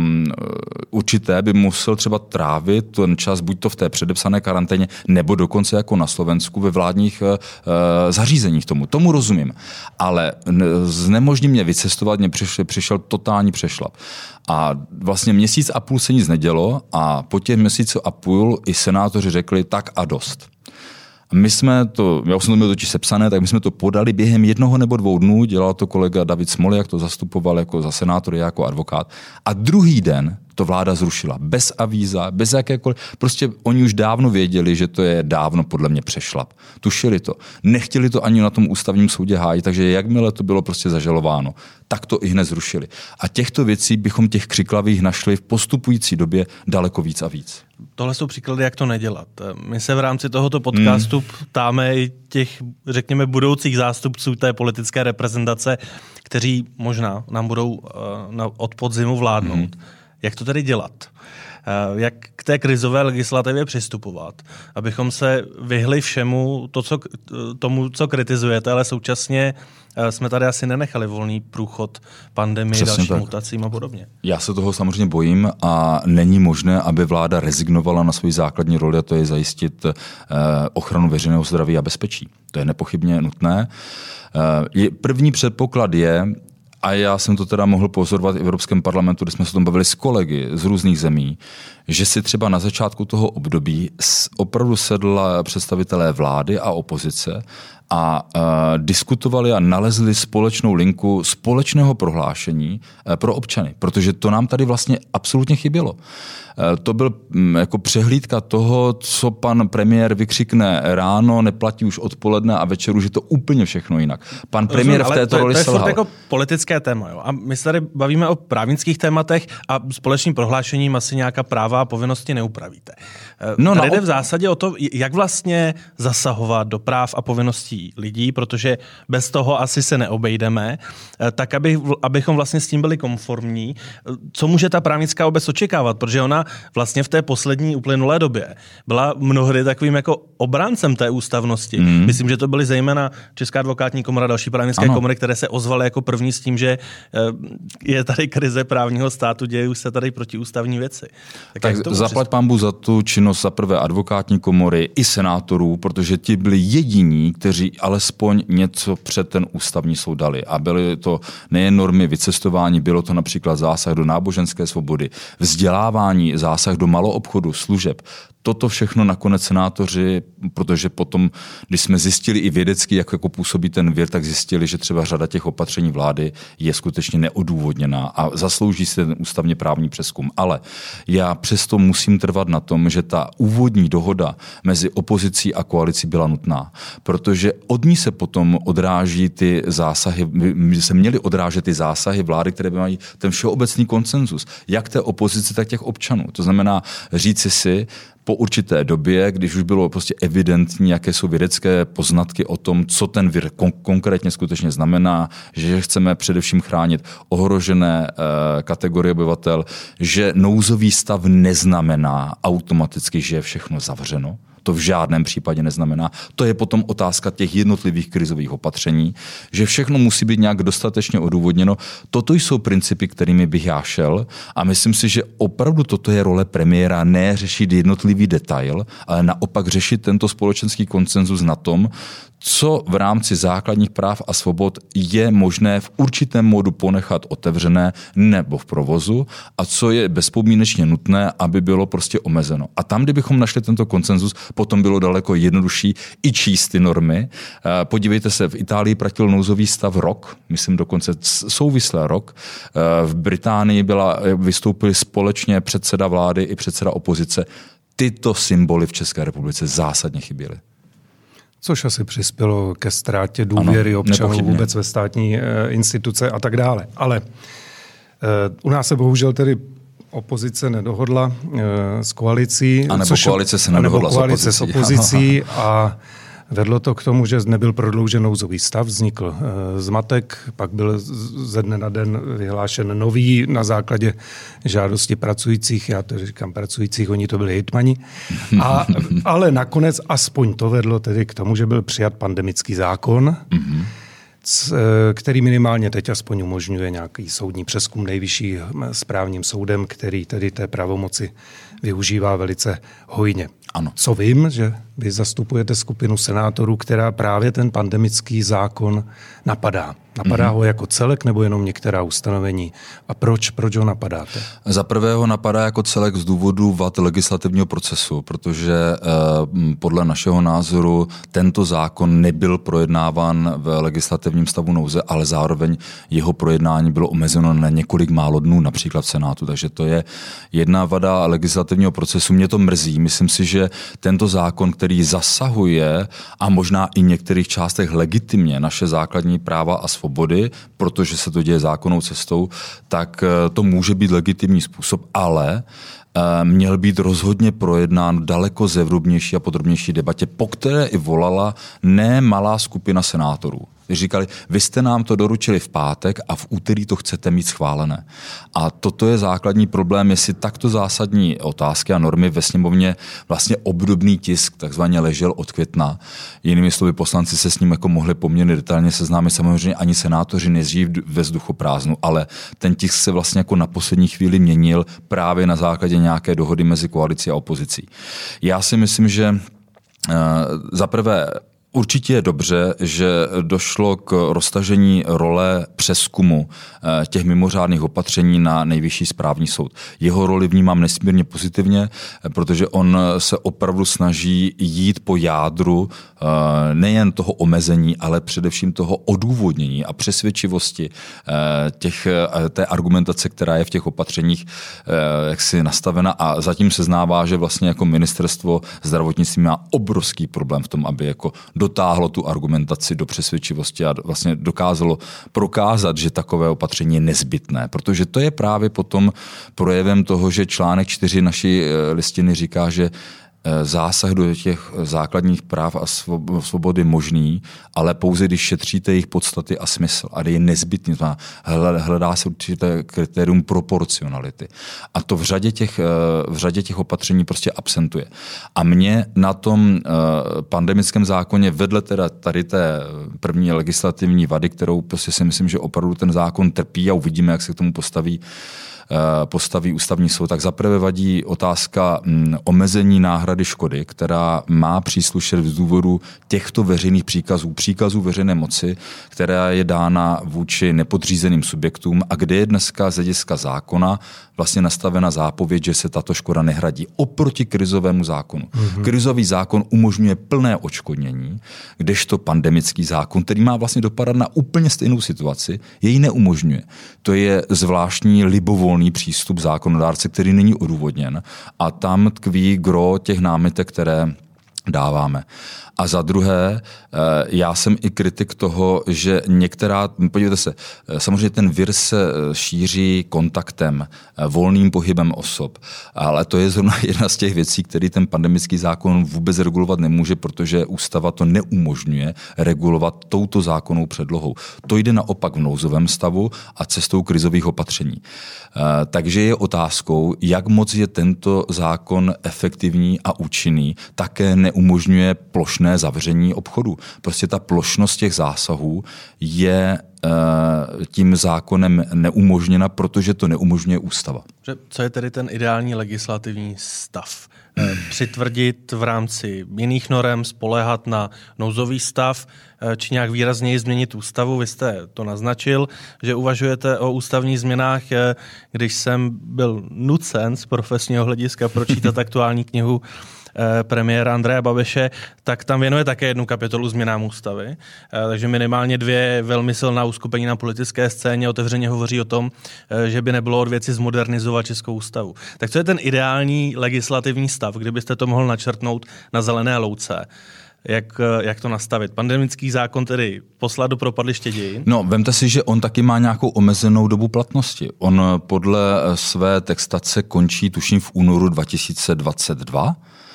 určité by musel třeba trávit ten čas buď to v té předepsané karanténě, nebo dokonce jako na Slovensku ve vládních zařízeních tomu. Tomu rozumím. Ale znemožní mě vycestovat, mě přišel totální přešlap. A vlastně měsíc a půl se nic nedělo a po těch měsíců a půl i senátoři řekli tak a dost. My jsme to, já už jsem to měl totiž sepsané, tak my jsme to podali během 1 nebo 2 dnů, dělal to kolega David Smoljak, to zastupoval jako za senátor, jako advokát. A druhý den to vláda zrušila. Bez avíza, bez jakékoliv. Prostě oni už dávno věděli, že to je dávno podle mě přešlap. Tušili to. Nechtěli to ani na tom ústavním soudě hájit, takže jakmile to bylo prostě zažalováno, tak to i hned zrušili. A těchto věcí bychom těch křiklavých našli v postupující době daleko víc a víc. Tohle jsou příklady, jak to nedělat. My se v rámci tohoto podcastu ptáme i těch, řekněme, budoucích zástupců té politické reprezentace, kteří možná nám budou od podzimu vládnout. Jak to tedy dělat? Jak k té krizové legislativě přistupovat, abychom se vyhli všemu tomu, co kritizujete, ale současně jsme tady asi nenechali volný průchod pandemii, dalším mutacím a podobně. Já se toho samozřejmě bojím a není možné, aby vláda rezignovala na svoji základní roli, a to je zajistit ochranu veřejného zdraví a bezpečí. To je nepochybně nutné. První předpoklad je, a já jsem to teda mohl pozorovat i v Evropském parlamentu, kde jsme se o tom bavili s kolegy z různých zemí, že si třeba na začátku toho období opravdu sedla představitelé vlády a opozice a diskutovali a nalezli společnou linku společného prohlášení pro občany, protože to nám tady vlastně absolutně chybělo. To byl jako přehlídka toho, co pan premiér vykřikne ráno, neplatí už odpoledne a večer už je to úplně všechno jinak. Pan premiér v této roli selhal. To je jako politické téma. Jo? A my se tady bavíme o právnických tématech a společným prohlášením asi nějaká práva a povinnosti neupravíte. Tady jde v zásadě o to, jak vlastně zasahovat do práv a povinností lidí, protože bez toho asi se neobejdeme, tak abychom vlastně s tím byli konformní. Co může ta právnická obec očekávat? Protože ona vlastně v té poslední uplynulé době byla mnohdy takovým jako obráncem té ústavnosti. Myslím, že to byly zejména Česká advokátní komora a další právnické komory, které se ozvaly jako první s tím, že je tady krize právního státu, dějí se tady protiústavní věci. Tak zaplať pánbu za tu činnost za prvé advokátní komory i senátorů, protože ti byli jediní, kteří alespoň něco před ten ústavní soud dali. A byly to nejen normy vycestování, bylo to například zásah do náboženské svobody, vzdělávání, zásah do maloobchodu, služeb. Toto všechno nakonec senátoři, protože potom, když jsme zjistili i vědecky, jak jako působí ten vir, tak zjistili, že třeba řada těch opatření vlády je skutečně neodůvodněná a zaslouží si ten ústavně právní přezkum. Ale já přesto musím trvat na tom, že ta úvodní dohoda mezi opozicí a koalicí byla nutná, protože od ní se potom odráží ty zásahy, by se měly odrážet ty zásahy vlády, které mají ten všeobecný konsenzus, jak té opozice, tak těch občanů. To znamená říci si, po určité době, když už bylo prostě evidentní, jaké jsou vědecké poznatky o tom, co ten vir konkrétně skutečně znamená, že chceme především chránit ohrožené kategorie obyvatel, že nouzový stav neznamená automaticky, že je všechno zavřeno. To v žádném případě neznamená. To je potom otázka těch jednotlivých krizových opatření, že všechno musí být nějak dostatečně odůvodněno. Toto jsou principy, kterými bych já šel a myslím si, že opravdu toto je role premiéra, ne řešit jednotlivý detail, ale naopak řešit tento společenský konsenzus na tom, co v rámci základních práv a svobod je možné v určitém modu ponechat otevřené nebo v provozu a co je bezpodmínečně nutné, aby bylo prostě omezeno. A tam, kdybychom našli tento konsenzus, potom bylo daleko jednodušší i číst ty normy. Podívejte se, v Itálii platil nouzový stav rok, myslím dokonce souvislé rok. V Británii vystoupili společně předseda vlády i předseda opozice. Tyto symboly v České republice zásadně chyběly. Což asi přispělo ke ztrátě důvěry občanů vůbec ve státní instituce a tak dále. Ale u nás se bohužel tedy opozice nedohodla s koalicí. A nebo koalice se nedohodla s opozicí a vedlo to k tomu, že nebyl prodloužen nouzový stav, vznikl zmatek, pak byl ze dne na den vyhlášen nový na základě žádosti pracujících, já to říkám pracujících, oni to byli hejtmani, ale nakonec aspoň to vedlo tedy k tomu, že byl přijat pandemický zákon, který minimálně teď aspoň umožňuje nějaký soudní přezkum nejvyšším správním soudem, který tedy té pravomoci využívá velice hojně. Ano. Co vím, že vy zastupujete skupinu senátorů, která právě ten pandemický zákon napadá. Napadá ho jako celek nebo jenom některá ustanovení? A proč ho napadáte? Za prvé ho napadá jako celek z důvodu vad legislativního procesu, protože podle našeho názoru tento zákon nebyl projednáván v legislativním stavu nouze, ale zároveň jeho projednání bylo omezeno na několik málo dnů, například v Senátu. Takže to je jedna vada legislativního procesu. Mě to mrzí. Myslím si, že tento zákon, který zasahuje a možná i v některých částech legitimně naše základní práva a svobody, protože se to děje zákonnou cestou, tak to může být legitimní způsob, ale měl být rozhodně projednán daleko zevrubnější a podrobnější debatě, po které i volala nemalá skupina senátorů. Říkali, vy jste nám to doručili v pátek a v úterý to chcete mít schválené. A toto je základní problém, jestli takto zásadní otázky a normy ve sněmovně vlastně obdobný tisk takzvaně ležel od května. Jinými slovy, poslanci se s ním jako mohli poměrně detailně seznámit, samozřejmě ani senátoři nežijí ve vzduchoprázdnu, ale ten tisk se vlastně jako na poslední chvíli měnil právě na základě nějaké dohody mezi koalicí a opozicí. Já si myslím, že za prvé určitě je dobře, že došlo k roztažení role přezkumu těch mimořádných opatření na Nejvyšší správní soud. Jeho roli vnímám nesmírně pozitivně, protože on se opravdu snaží jít po jádru nejen toho omezení, ale především toho odůvodnění a přesvědčivosti té argumentace, která je v těch opatřeních jaksi nastavena, a zatím seznává, že vlastně jako ministerstvo zdravotnictví má obrovský problém v tom, aby jako dotáhlo tu argumentaci do přesvědčivosti a vlastně dokázalo prokázat, že takové opatření je nezbytné, protože to je právě potom projevem toho, že článek 4 naší listiny říká, že zásah do těch základních práv a svobody možný, ale pouze když šetříte jejich podstaty a smysl. A je nezbytný. Hledá se určité kritérium proporcionality. A to v řadě těch opatření prostě absentuje. A mě na tom pandemickém zákoně vedle teda tady té první legislativní vady, kterou prostě si myslím, že opravdu ten zákon trpí a uvidíme, jak se k tomu postaví ústavní soud, tak zaprvé vadí otázka omezení náhrady škody, která má příslušet z důvodu těchto veřejných příkazů veřejné moci, která je dána vůči nepodřízeným subjektům a kde je dneska z hlediska zákona vlastně nastavena zápověď, že se tato škoda nehradí oproti krizovému zákonu. Krizový zákon umožňuje plné odškodnění, kdežto pandemický zákon, který má vlastně dopadat na úplně stejnou situaci, jej neumožňuje. To je zvláštní libovolný přístup zákonodárce, který není odůvodněn, a tam tkví gro těch námitek, které dáváme. A za druhé, já jsem i kritik toho, že podívejte se, samozřejmě ten vir se šíří kontaktem, volným pohybem osob, ale to je zrovna jedna z těch věcí, který ten pandemický zákon vůbec regulovat nemůže, protože ústava to neumožňuje regulovat touto zákonnou předlohou. To jde naopak v nouzovém stavu a cestou krizových opatření. Takže je otázkou, jak moc je tento zákon efektivní a účinný, také neumožňuje plošné zavření obchodu. Prostě ta plošnost těch zásahů je tím zákonem neumožněna, protože to neumožňuje ústava. Co je tedy ten ideální legislativní stav? Přitvrdit v rámci jiných norem, spoléhat na nouzový stav, či nějak výrazněji změnit ústavu? Vy jste to naznačil, že uvažujete o ústavních změnách, když jsem byl nucen z profesního hlediska pročítat aktuální knihu premiéra Andreje Babiše, tak tam věnuje také jednu kapitolu změnám ústavy. Takže minimálně 2 velmi silná uskupení na politické scéně otevřeně hovoří o tom, že by nebylo od věci zmodernizovat českou ústavu. Tak co je ten ideální legislativní stav, kdybyste to mohl načrtnout na zelené louce? Jak to nastavit? Pandemický zákon tedy poslat do propadliště dějin? No, vemte si, že on taky má nějakou omezenou dobu platnosti. On podle své textace končí, tuším, v únoru 2022.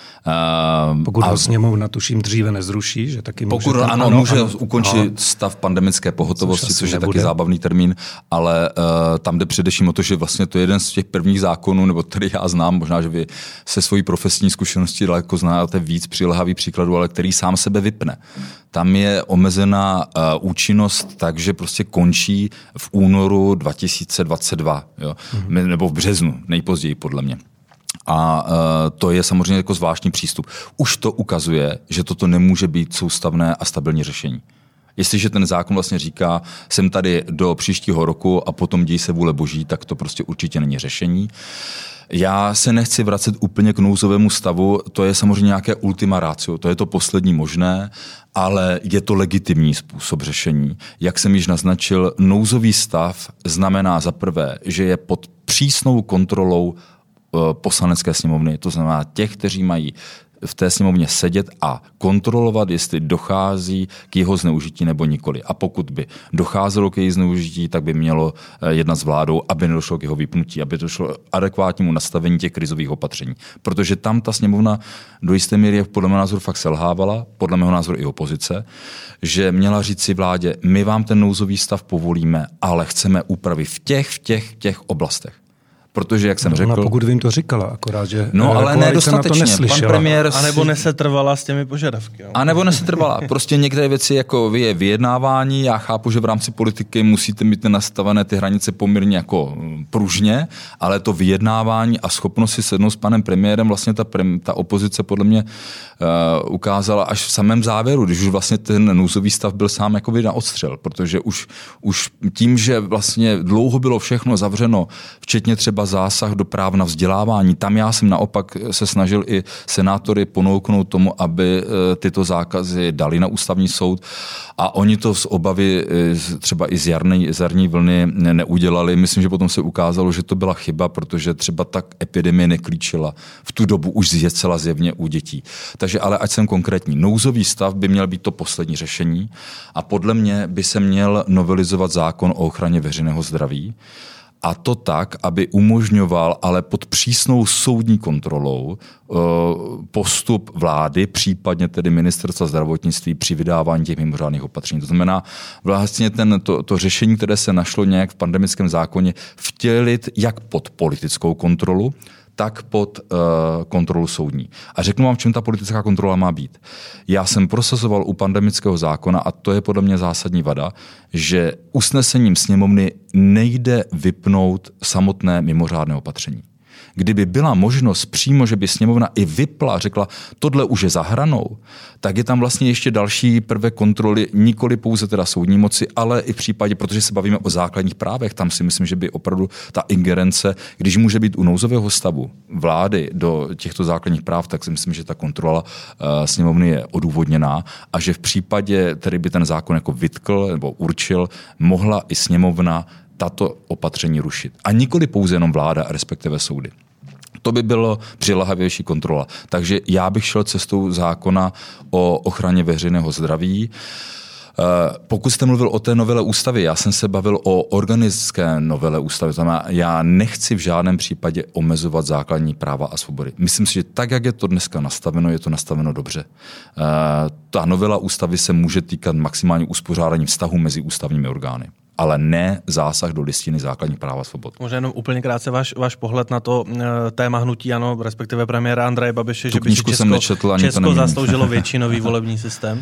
Pokud ho sněmovna, tuším, dříve nezruší, že taky může... Může ukončit stav pandemické pohotovosti, což je taky zábavný termín, ale tam jde především o to, že vlastně to je jeden z těch prvních zákonů, nebo který já znám, možná, že vy se svojí profesní zkušeností daleko znáte víc přilehavých příkladů, ale který sám sebe vypne. Tam je omezená účinnost, takže prostě končí v únoru 2022, jo? Nebo v březnu, nejpozději podle mě. A to je samozřejmě jako zvláštní přístup. Už to ukazuje, že toto nemůže být soustavné a stabilní řešení. Jestliže ten zákon vlastně říká, jsem tady do příštího roku a potom děj se vůle boží, tak to prostě určitě není řešení. Já se nechci vracet úplně k nouzovému stavu, to je samozřejmě nějaké ultima ratio, to je to poslední možné, ale je to legitimní způsob řešení. Jak jsem již naznačil, nouzový stav znamená za prvé, že je pod přísnou kontrolou Poslanecké sněmovny, to znamená těch, kteří mají v té sněmovně sedět a kontrolovat, jestli dochází k jeho zneužití nebo nikoli. A pokud by docházelo k její zneužití, tak by mělo jednat s vládou, aby nedošlo k jeho vypnutí, aby došlo k adekvátnímu nastavení těch krizových opatření. Protože tam ta sněmovna do jisté míry podle mého názoru fakt selhávala, podle mého názoru i opozice, že měla říct si vládě, my vám ten nouzový stav povolíme, ale chceme úpravy v těch oblastech. Protože, jak jsem řekl... pokud vím, to říkala, akorát, že ale nedostatečně. Pan premiér a nebo nesetrvala s těmi požadavky. No. A nebo nesetrvala. Prostě některé věci jako je vyjednávání. Já chápu, že v rámci politiky musíte mít nastavené ty hranice poměrně jako pružně, ale to vyjednávání a schopnost si sednout s panem premiérem vlastně ta opozice podle mě ukázala až v samém závěru, když už vlastně ten nouzový stav byl sám jako na odstřel, protože už tím, že vlastně dlouho bylo všechno zavřeno, včetně třeba zásah do práv na vzdělávání. Tam já jsem naopak se snažil i senátory ponouknout tomu, aby tyto zákazy dali na ústavní soud a oni to z obavy třeba i z jarní vlny neudělali. Myslím, že potom se ukázalo, že to byla chyba, protože třeba tak epidemie neklíčila v tu dobu už zcela zjevně u dětí. Takže ale ať jsem konkrétní, nouzový stav by měl být to poslední řešení a podle mě by se měl novelizovat zákon o ochraně veřejného zdraví. A to tak, aby umožňoval, ale pod přísnou soudní kontrolou, postup vlády, případně tedy ministerstva zdravotnictví při vydávání těch mimořádných opatření. To znamená vlastně to řešení, které se našlo nějak v pandemickém zákoně, vtělit jak pod politickou kontrolu, tak pod kontrolu soudní. A řeknu vám, v čem ta politická kontrola má být. Já jsem prosazoval u pandemického zákona, a to je podle mě zásadní vada, že usnesením sněmovny nejde vypnout samotné mimořádné opatření. Kdyby byla možnost přímo, že by sněmovna i vypla, řekla, tohle už je za hranou, tak je tam vlastně ještě další prvek kontroly, nikoli pouze teda soudní moci, ale i v případě, protože se bavíme o základních právech, tam si myslím, že by opravdu ta ingerence, když může být u nouzového stavu vlády do těchto základních práv, tak si myslím, že ta kontrola sněmovny je odůvodněná a že v případě, který by ten zákon jako vytkl nebo určil, mohla i sněmovna tato opatření rušit. A nikoli pouze jenom vláda, respektive soudy. To by bylo přiléhavější kontrola. Takže já bych šel cestou zákona o ochraně veřejného zdraví. Pokud jste mluvil o té novele ústavy, já jsem se bavil o organické novele ústavy. Znamená, já nechci v žádném případě omezovat základní práva a svobody. Myslím si, že tak, jak je to dneska nastaveno, je to nastaveno dobře. Ta novela ústavy se může týkat maximálně uspořádání vztahu mezi ústavními orgány, ale ne zásah do listiny základních práv a svobod. Možná jenom úplně krátce váš pohled na to téma hnutí ANO, respektive premiéra Andreje Babiše, že by si Česko zasloužilo většinový volební systém?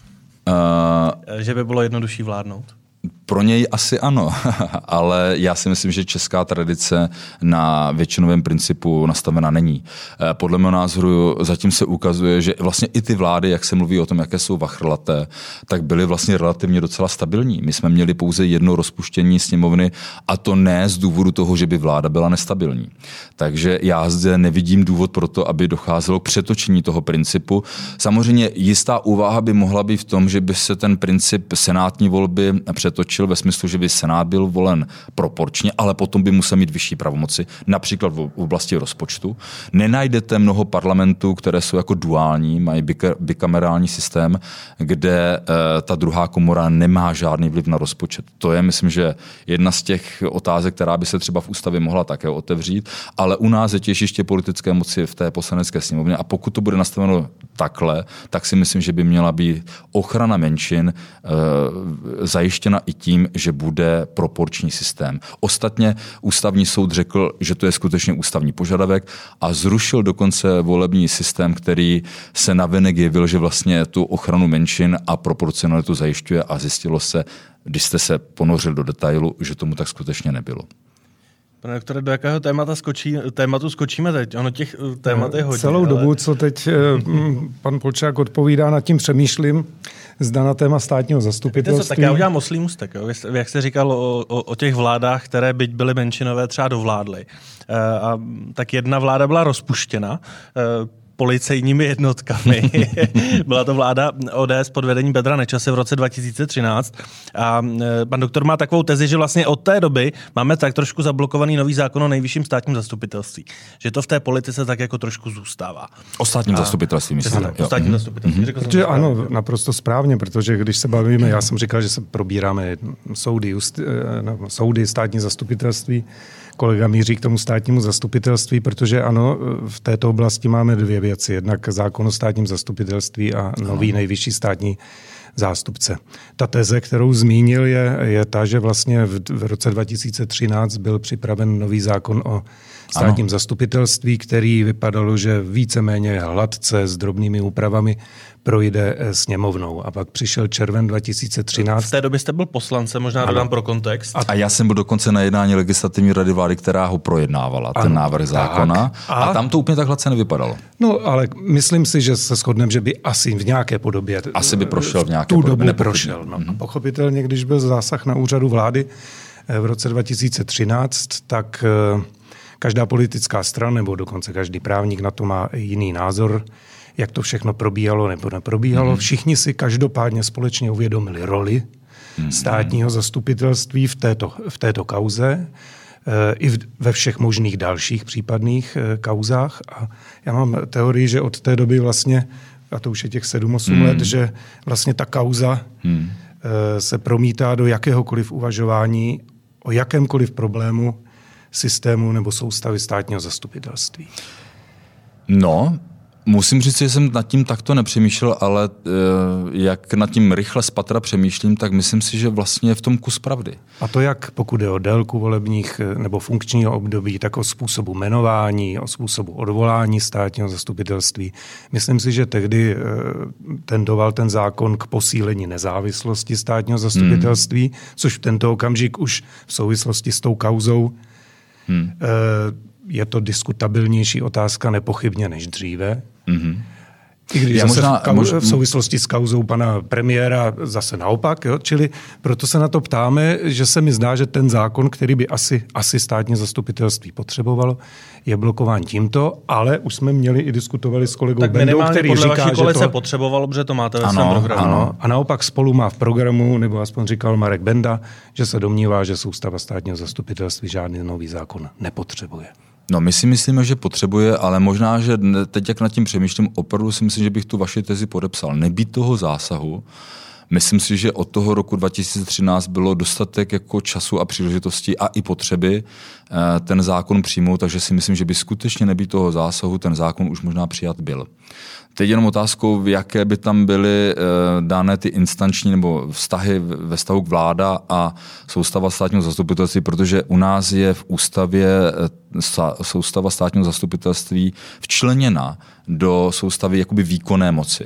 Že by bylo jednodušší vládnout? Pro něj asi ano, ale já si myslím, že česká tradice na většinovém principu nastavena není. Podle mého názoru zatím se ukazuje, že vlastně i ty vlády, jak se mluví o tom, jaké jsou vachrlaté, tak byly vlastně relativně docela stabilní. My jsme měli pouze jedno rozpuštění sněmovny a to ne z důvodu toho, že by vláda byla nestabilní. Takže já zde nevidím důvod pro to, aby docházelo k přetočení toho principu. Samozřejmě jistá úvaha by mohla být v tom, že by se ten princip senátní volby přetočil ve smyslu, že by Senát byl volen proporčně, ale potom by musel mít vyšší pravomoci, například v oblasti rozpočtu. Nenajdete mnoho parlamentů, které jsou jako duální, mají bikamerální systém, kde ta druhá komora nemá žádný vliv na rozpočet. To je, myslím, že jedna z těch otázek, která by se třeba v ústavě mohla také otevřít, ale u nás je těžiště politické moci v té poslanecké sněmovně a pokud to bude nastaveno takhle, tak si myslím, že by měla být ochrana menšin zajištěna i tím, že bude proporční systém. Ostatně ústavní soud řekl, že to je skutečně ústavní požadavek a zrušil dokonce volební systém, který se navenek jevil, že vlastně tu ochranu menšin a proporcionalitu zajišťuje a zjistilo se, když jste se ponořil do detailu, že tomu tak skutečně nebylo. Pane doktore, do jakého tématu skočíme teď? Ono těch témat je hodně. Celou dobu, co teď pan Polčák odpovídá, nad tím přemýšlím, zda na téma státního zastupitelství. Tak já udělám oslý můstek. Jak jste říkal o těch vládách, které byť byly menšinové, třeba dovládly. Tak jedna vláda byla rozpuštěna policejními jednotkami. Byla to vláda ODS pod vedením Petra Nečase v roce 2013. A pan doktor má takovou tezi, že vlastně od té doby máme tak trošku zablokovaný nový zákon o nejvyšším státním zastupitelství. Že to v té politice tak jako trošku zůstává. O státním zastupitelství, myslím. O státním zastupitelství. Protože ano, naprosto správně, protože když se bavíme, já jsem říkal, že se probíráme soudy, státní zastupitelství, kolega míří k tomu státnímu zastupitelství, protože ano, v této oblasti máme dvě věci. Jednak zákon o státním zastupitelství a nový nejvyšší státní zástupce. Ta teze, kterou zmínil, je ta, že vlastně v roce 2013 byl připraven nový zákon o státním zastupitelství, který vypadalo, že víceméně hladce s drobnými úpravami projde sněmovnou. A pak přišel červen 2013. V té době jste byl poslancem, možná dodám pro kontext. A já jsem byl dokonce na jednání legislativní rady vlády, která ho projednávala, ten návrh zákona. A tam to úplně tak hladce nevypadalo. No, ale myslím si, že se shodneme, že by asi v nějaké podobě. Asi by prošel v nějaké podobě. Tu dobu neprošel. No. A pochopitelně, když byl zásah na úřadu vlády v roce 2013, tak každá politická strana, nebo dokonce každý právník na to má jiný názor, jak to všechno probíhalo nebo neprobíhalo. Všichni si každopádně společně uvědomili roli státního zastupitelství v této kauze i ve všech možných dalších případných kauzách. A já mám teorii, že od té doby vlastně, a to už je těch 7-8 let, že vlastně ta kauza se promítá do jakéhokoliv uvažování o jakémkoliv problému systému nebo soustavy státního zastupitelství. No, musím říct, že jsem nad tím takto nepřemýšlel, ale jak nad tím rychle z patra přemýšlím, tak myslím si, že vlastně je v tom kus pravdy. A to jak pokud je o délku volebních nebo funkčního období, tak o způsobu jmenování, o způsobu odvolání státního zastupitelství. Myslím si, že tehdy tendoval ten zákon k posílení nezávislosti státního zastupitelství, což v tento okamžik už v souvislosti s tou kauzou je to diskutabilnější otázka nepochybně než dříve. I když v souvislosti s kauzou pana premiéra zase naopak, jo? Čili proto se na to ptáme, že se mi zdá, že ten zákon, který by asi státní zastupitelství potřebovalo, je blokován tímto, ale už jsme měli i diskutovali s kolegou Bendou, který říká, že to potřebovalo, protože to máte ve svém programu. Ano. A naopak Spolu má v programu, nebo aspoň říkal Marek Benda, že se domnívá, že soustava státního zastupitelství žádný nový zákon nepotřebuje. No, my si myslíme, že potřebuje, ale možná, že teď, jak nad tím přemýšlím, opravdu si myslím, že bych tu vaši tezi podepsal. Nebýt toho zásahu, myslím si, že od toho roku 2013 bylo dostatek jako času a příležitosti a i potřeby ten zákon přijmout, takže si myslím, že by skutečně nebýt toho zásahu, ten zákon už možná přijat byl. Teď jenom otázkou, jaké by tam byly dané ty instanční nebo vztahy ve vztahu k vláda a soustava státního zastupitelství, protože u nás je v ústavě soustava státního zastupitelství včleněna do soustavy jakoby výkonné moci.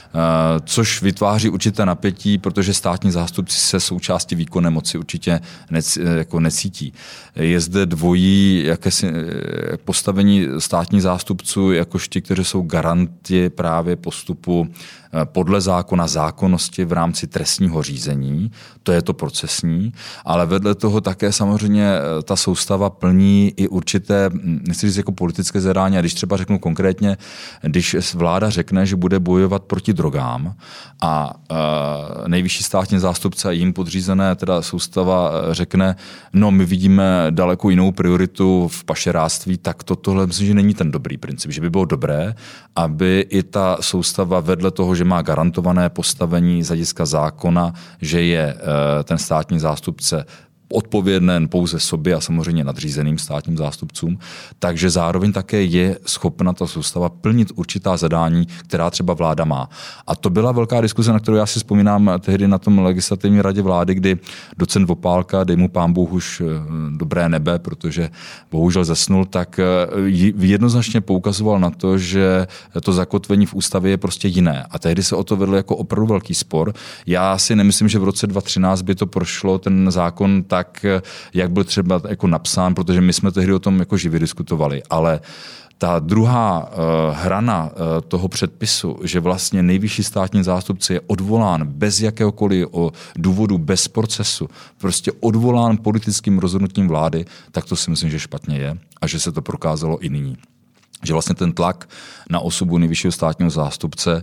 Což vytváří určité napětí, protože státní zástupci se součástí výkonné moci určitě necítí. Je zde dvojí jakési postavení státních zástupců, jakož ti, kteří jsou garanti právě postupu podle zákona zákonnosti v rámci trestního řízení, to je to procesní, ale vedle toho také samozřejmě ta soustava plní i určité, nechci říct jako politické zadání, a když třeba řeknu konkrétně, když vláda řekne, že bude bojovat proti drogám a nejvyšší státní zástupce a jim podřízené teda soustava řekne, no my vidíme daleko jinou prioritu v pašeráctví, tak tohle myslím, že není ten dobrý princip, že by bylo dobré, aby i ta soustava vedle toho, že má garantované postavení z hlediska zákona, že je ten státní zástupce odpovědný pouze sobě a samozřejmě nadřízeným státním zástupcům, takže zároveň také je schopna ta soustava plnit určitá zadání, která třeba vláda má. A to byla velká diskuze, na kterou já si vzpomínám tehdy na tom legislativní radě vlády, kdy docent Vopálka, dej mu pán Bůh už dobré nebe, protože bohužel zesnul, tak jednoznačně poukazoval na to, že to zakotvení v ústavě je prostě jiné. A tehdy se o to vedl jako opravdu velký spor. Já si nemyslím, že v roce 2013 by to prošlo ten zákon tak, tak, jak byl třeba jako napsán, protože my jsme tehdy o tom jako živě diskutovali, ale ta druhá hrana toho předpisu, že vlastně nejvyšší státní zástupce je odvolán bez jakéhokoliv důvodu, bez procesu, prostě odvolán politickým rozhodnutím vlády, tak to si myslím, že špatně je a že se to prokázalo i nyní. Že vlastně ten tlak na osobu nejvyššího státního zástupce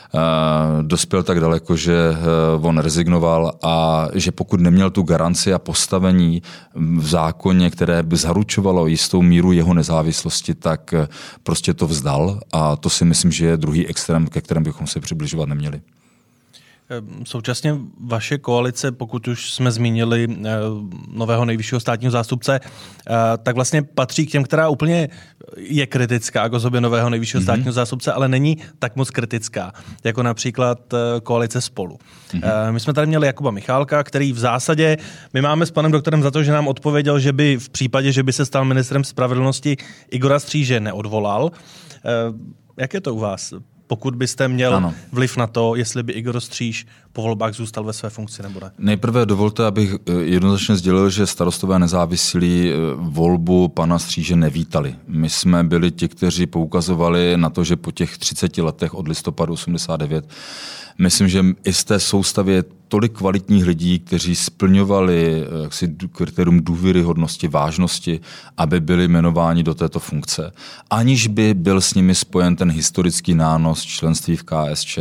dospěl tak daleko, že on rezignoval a že pokud neměl tu garanci a postavení v zákoně, které by zaručovalo jistou míru jeho nezávislosti, tak prostě to vzdal a to si myslím, že je druhý extrém, ke kterému bychom se přibližovat neměli. Současně vaše koalice, pokud už jsme zmínili nového nejvyššího státního zástupce, tak vlastně patří k těm, která úplně je kritická k osobě nového nejvyššího státního zástupce, ale není tak moc kritická, jako například koalice Spolu. My jsme tady měli Jakuba Michálka, který v zásadě, my máme s panem doktorem za to, že nám odpověděl, že by v případě, že by se stal ministrem spravedlnosti, Igora Stříže neodvolal. Jak je to u vás? Pokud byste měl vliv na to, jestli by Igor Stříž po volbách zůstal ve své funkci nebo ne? Nejprve dovolte, abych jednoznačně sdělil, že Starostové nezávislí volbu pana Stříže nevítali. My jsme byli ti, kteří poukazovali na to, že po těch 30 letech od listopadu 89 myslím, že i z té soustavy je tolik kvalitních lidí, kteří splňovali kritérium důvěryhodnosti, vážnosti, aby byli jmenováni do této funkce. Aniž by byl s nimi spojen ten historický nános členství v KSČ,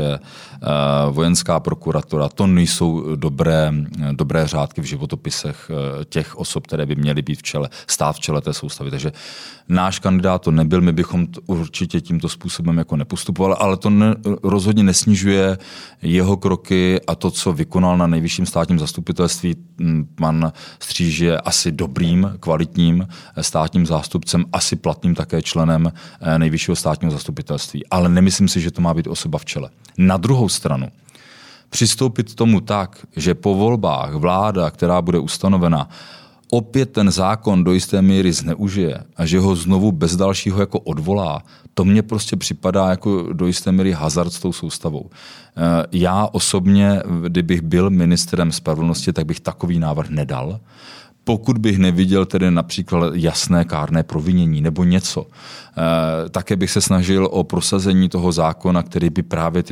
vojenská prokuratura. To nejsou dobré řádky v životopisech těch osob, které by měly být stát v čele té soustavy. Takže náš kandidát to nebyl, my bychom určitě tímto způsobem jako nepostupovali, ale to rozhodně nesnižuje jeho kroky a to, co vykonal na nejvyšším státním zastupitelství. Pan Stříž je asi dobrým, kvalitním státním zástupcem, asi platným také členem nejvyššího státního zastupitelství. Ale nemyslím si, že to má být osoba v čele. Na druhou stranu, přistoupit tomu tak, že po volbách vláda, která bude ustanovena, opět ten zákon do jisté míry zneužije a že ho znovu bez dalšího jako odvolá, to mně prostě připadá jako do jisté míry hazard s tou soustavou. Já osobně, kdybych byl ministrem spravedlnosti, tak bych takový návrh nedal. Pokud bych neviděl tedy například jasné kárné provinění nebo něco, také bych se snažil o prosazení toho zákona, který by právě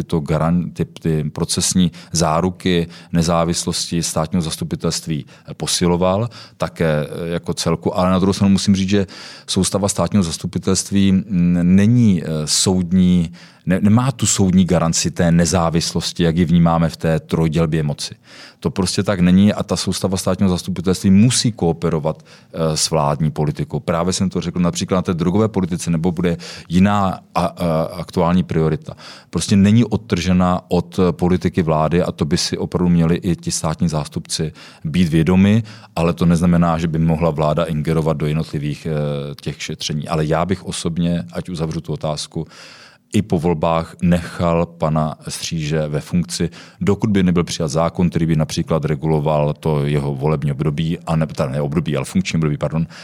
ty procesní záruky nezávislosti státního zastupitelství posiloval, také jako celku. Ale na druhou stranu musím říct, že soustava státního zastupitelství není soudní, nemá tu soudní garanci té nezávislosti, jak ji vnímáme v té trojdělbě moci. To prostě tak není a ta soustava státního zastupitelství musí kooperovat s vládní politikou. Právě jsem to řekl například na té drogové politice, nebo bude jiná aktuální priorita. Prostě není odtržena od politiky vlády a to by si opravdu měli i ti státní zástupci být vědomi, ale to neznamená, že by mohla vláda ingerovat do jednotlivých těch šetření. Ale já bych osobně, ať uzavřu tu otázku, i po volbách nechal pana Stříže ve funkci, dokud by nebyl přijat zákon, který by například reguloval to jeho volební období, ale funkční období,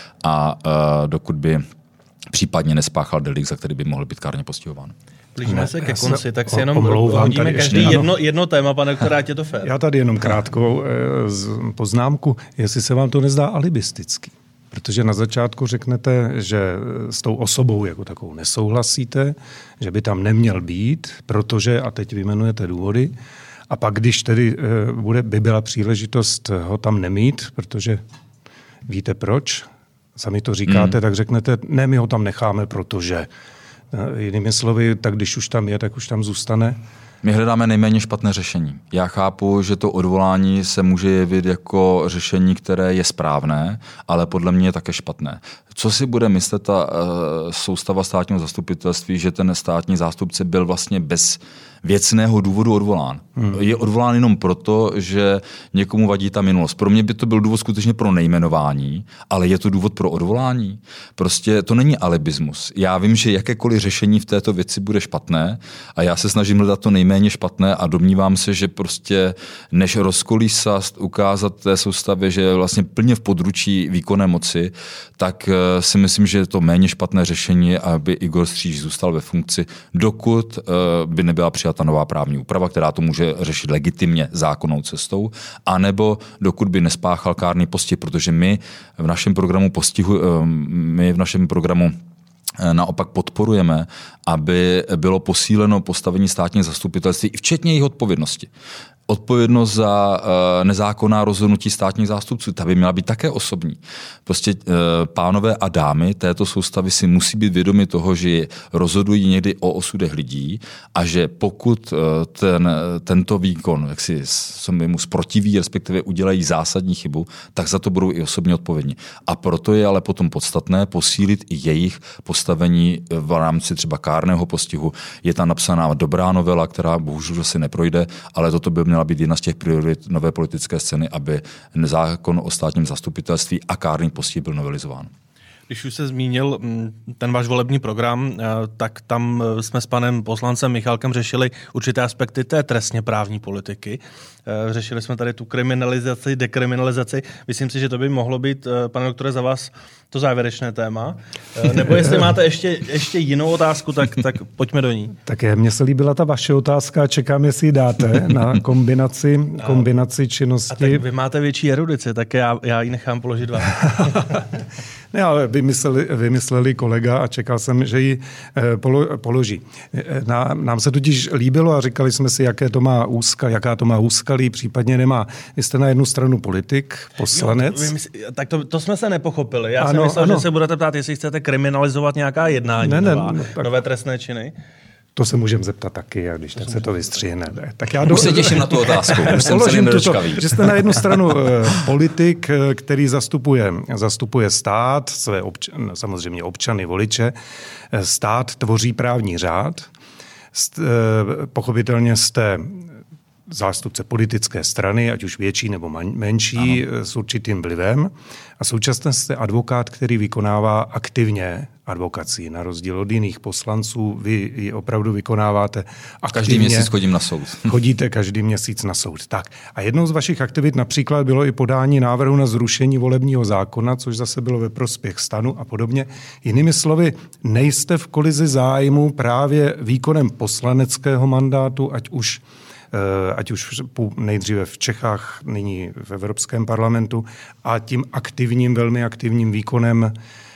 a dokud by případně nespáchal delikt, za který by mohl být kárně postihován. Blížíme se ke konci, tak si jenom hodíme každý jedno téma, pane doktora, ať je to fér. Já tady jenom krátkou poznámku, jestli se vám to nezdá alibisticky. Protože na začátku řeknete, že s tou osobou jako takovou nesouhlasíte, že by tam neměl být, protože, a teď vyjmenujete důvody, a pak, když tedy by byla příležitost ho tam nemít, protože víte proč, sami to říkáte, tak řeknete, ne, my ho tam necháme, protože. Jinými slovy, tak když už tam je, tak už tam zůstane. My hledáme nejméně špatné řešení. Já chápu, že to odvolání se může jevit jako řešení, které je správné, ale podle mě je také špatné. Co si bude myslet ta soustava státního zastupitelství, že ten státní zástupce byl vlastně bez věcného důvodu odvolán. Je odvolán jenom proto, že někomu vadí ta minulost. Pro mě by to byl důvod skutečně pro nejmenování, ale je to důvod pro odvolání. Prostě to není alibismus. Já vím, že jakékoliv řešení v této věci bude špatné a já se snažím hledat to nejméně méně špatné a domnívám se, že prostě než rozkolísat, ukázat té soustavě, že je vlastně plně v područí výkonné moci, tak si myslím, že je to méně špatné řešení, aby Igor Stříž zůstal ve funkci, dokud by nebyla přijata nová právní úprava, která to může řešit legitimně zákonnou cestou, anebo dokud by nespáchal kárný postih, protože my v našem programu naopak podporujeme, aby bylo posíleno postavení státních zastupitelství, včetně jejich odpovědnosti. Odpovědnost za nezákonná rozhodnutí státních zástupců, ta by měla být také osobní. Prostě pánové a dámy této soustavy si musí být vědomi toho, že rozhodují někdy o osudech lidí a že pokud tento výkon jak si mu zprotiví, respektive udělají zásadní chybu, tak za to budou i osobně odpovědní. A proto je ale potom podstatné posílit i jejich postavení v rámci třeba kárného postihu. Je tam napsaná dobrá novela, která bohužel asi neprojde, ale toto by měla být jedna z těch priorit nové politické scény, aby zákon o státním zastupitelství a kárný postih byl novelizován. Když už se zmínil ten váš volební program, tak tam jsme s panem poslancem Michálkem řešili určité aspekty té trestně právní politiky. Řešili jsme tady tu kriminalizaci, dekriminalizaci. Myslím si, že to by mohlo být, pane doktore, za vás to závěrečné téma. Nebo jestli máte ještě jinou otázku, tak pojďme do ní. Tak mně se líbila ta vaše otázka a čekám, jestli ji dáte na kombinaci činnosti. A tak vy máte větší erudici, tak já ji nechám položit vám. Ne, ale vymysleli kolega a čekal jsem, že ji položí. Nám se totiž líbilo a říkali jsme si, jaká to má úskalí, případně nemá. Vy jste na jednu stranu politik, poslanec. Tak to jsme se nepochopili. Já jsem myslel, že se budete ptát, jestli chcete kriminalizovat nějaká jednání, nové trestné činy. To se můžeme zeptat taky, a když tak se to vystřihne. Tak já už se těším na tu otázku. Že jste na jednu stranu politik, který zastupuje stát, své samozřejmě občany, voliče. Stát tvoří právní řád. Pochopitelně jste zástupce politické strany, ať už větší nebo menší, s určitým vlivem. A současně jste advokát, který vykonává aktivně advokacii. Na rozdíl od jiných poslanců, vy ji opravdu vykonáváte aktivně. Každý měsíc chodím na soud. Chodíte každý měsíc na soud. Tak. A jednou z vašich aktivit například bylo i podání návrhu na zrušení volebního zákona, což zase bylo ve prospěch STANu a podobně. Jinými slovy, nejste v kolizi zájmu právě výkonem poslaneckého mandátu, ať už nejdříve v Čechách, nyní v Evropském parlamentu, a tím velmi aktivním výkonem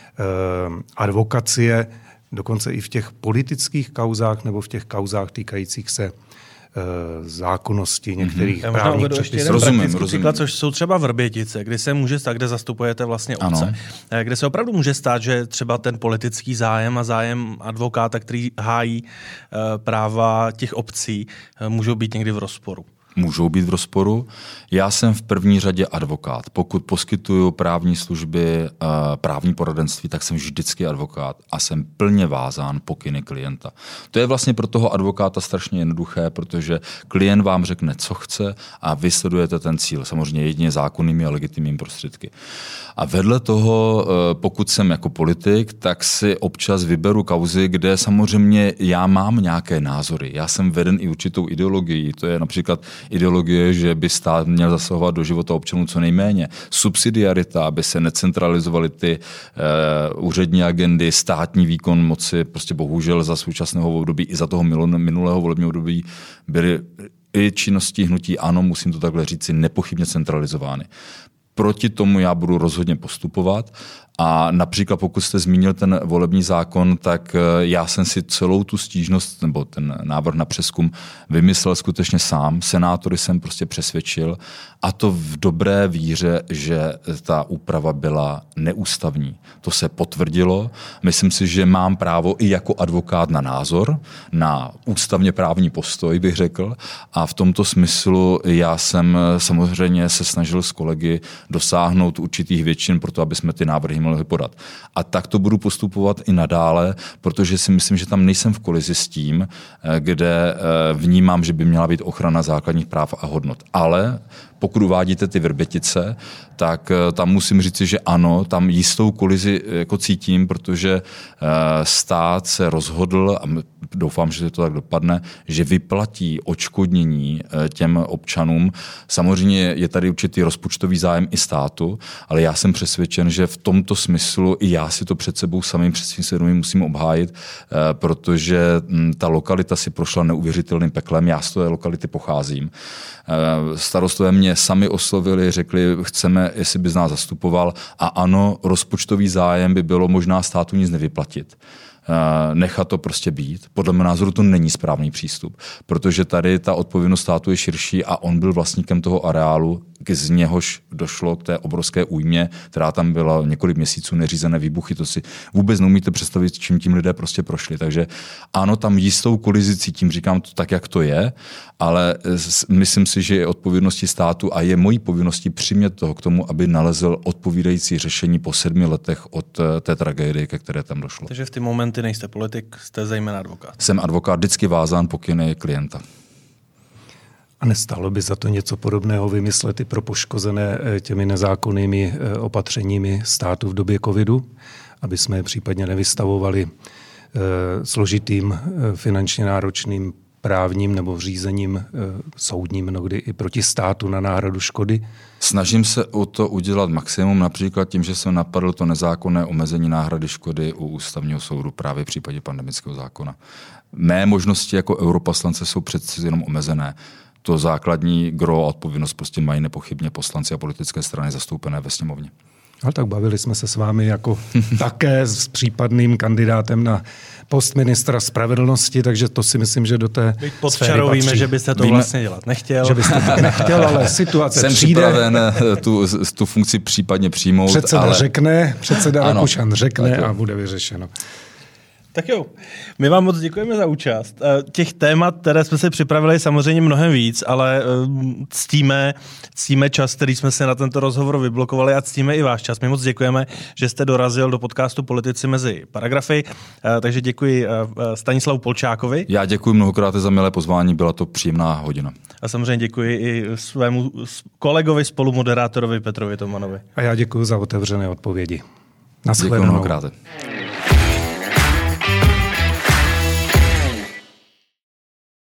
advokacie, dokonce i v těch politických kauzách nebo v těch kauzách týkajících se zákonnosti některých právních předpisů. Rozumím. Příklad, což jsou třeba Vrbětice, kde se může stát, kde zastupujete vlastně obce, kde se opravdu může stát, že třeba ten politický zájem a zájem advokáta, který hájí práva těch obcí, můžou být někdy v rozporu. Můžou být v rozporu. Já jsem v první řadě advokát. Pokud poskytuju právní služby, právní poradenství, tak jsem vždycky advokát a jsem plně vázán pokyny klienta. To je vlastně pro toho advokáta strašně jednoduché, protože klient vám řekne, co chce a vy sledujete ten cíl. Samozřejmě jedině zákonnými a legitimními prostředky. A vedle toho, pokud jsem jako politik, tak si občas vyberu kauzy, kde samozřejmě já mám nějaké názory. Já jsem veden i určitou ideologií. To je například ideologie, že by stát měl zasahovat do života občanů co nejméně. Subsidiarita, aby se necentralizovaly ty úřední agendy, státní výkon moci, prostě bohužel za současného období i za toho minulého volebního období byly i činnosti hnutí ANO, musím to takhle říci, nepochybně centralizovány. Proti tomu já budu rozhodně postupovat a například pokud jste zmínil ten volební zákon, tak já jsem si celou tu stížnost nebo ten návrh na přezkum vymyslel skutečně sám. Senátory jsem prostě přesvědčil a to v dobré víře, že ta úprava byla neústavní. To se potvrdilo. Myslím si, že mám právo i jako advokát na názor, na ústavně právní postoj, bych řekl. A v tomto smyslu já jsem samozřejmě se snažil s kolegy dosáhnout určitých většin pro to, aby jsme ty návrhy mohli podat. A tak to budu postupovat i nadále, protože si myslím, že tam nejsem v kolizi s tím, kde vnímám, že by měla být ochrana základních práv a hodnot. Ale pokud uvádíte ty Vrbětice, tak tam musím říci, že ano, tam jistou kolizi jako cítím, protože stát se rozhodl, a doufám, že to tak dopadne, že vyplatí odškodnění těm občanům. Samozřejmě je tady určitý rozpočtový zájem i státu, ale já jsem přesvědčen, že v tomto smyslu i já si to před sebou samým před svým svědomím musím obhájit, protože ta lokalita si prošla neuvěřitelným peklem, já z té lokality pocházím. Starostové mě sami oslovili, řekli, chceme, jestli by z nás zastupoval, a ano, rozpočtový zájem by bylo možná státu nic nevyplatit. Nechat to prostě být. Podle mého názoru to není správný přístup, protože tady ta odpovědnost státu je širší a on byl vlastníkem toho areálu, z něhož došlo k té obrovské újmě, která tam byla několik měsíců, neřízené výbuchy. To si vůbec neumíte představit, čím tím lidé prostě prošli. Takže ano, tam jistou kolizi cítím, říkám to tak, jak to je, ale myslím si, že je odpovědností státu a je mojí povinností přimět toho k tomu, aby nalezl odpovídající řešení po 7 letech od té tragédie, ke které tam došlo. Takže v ty momenty nejste politik, jste zejména advokát. Jsem advokát, vždycky vázán pokyny klienta. A nestálo by za to něco podobného vymyslet i pro poškozené těmi nezákonnými opatřeními státu v době covidu, aby jsme je případně nevystavovali složitým finančně náročným právním nebo řízením soudním mnohdy i proti státu na náhradu škody? Snažím se o to udělat maximum, například tím, že jsem napadl to nezákonné omezení náhrady škody u ústavního soudu právě v případě pandemického zákona. Mé možnosti jako europoslance jsou přece jenom omezené. To základní gro a odpovědnost prostě mají nepochybně poslanci a politické strany zastoupené ve sněmovně. Ale tak bavili jsme se s vámi jako také s případným kandidátem na post ministra spravedlnosti, takže to si myslím, že do té pod čarou víme, že byste to vlastně dělat nechtěl. Že byste to nechtěl, ale situace jsem přijde. Jsem připraven tu funkci případně přijmout. Předseda Rakušan řekne a bude vyřešeno. Tak jo, my vám moc děkujeme za účast. Těch témat, které jsme si připravili, samozřejmě mnohem víc, ale ctíme čas, který jsme si na tento rozhovor vyblokovali a ctíme i váš čas. My moc děkujeme, že jste dorazil do podcastu Politici mezi paragrafy, takže děkuji Stanislavu Polčákovi. Já děkuji mnohokrát za milé pozvání, byla to příjemná hodina. A samozřejmě děkuji i svému kolegovi, spolumoderátorovi Petrovi Tomanovi. A já děkuji za otevřené odpovědi. Děkuji mnohokrát.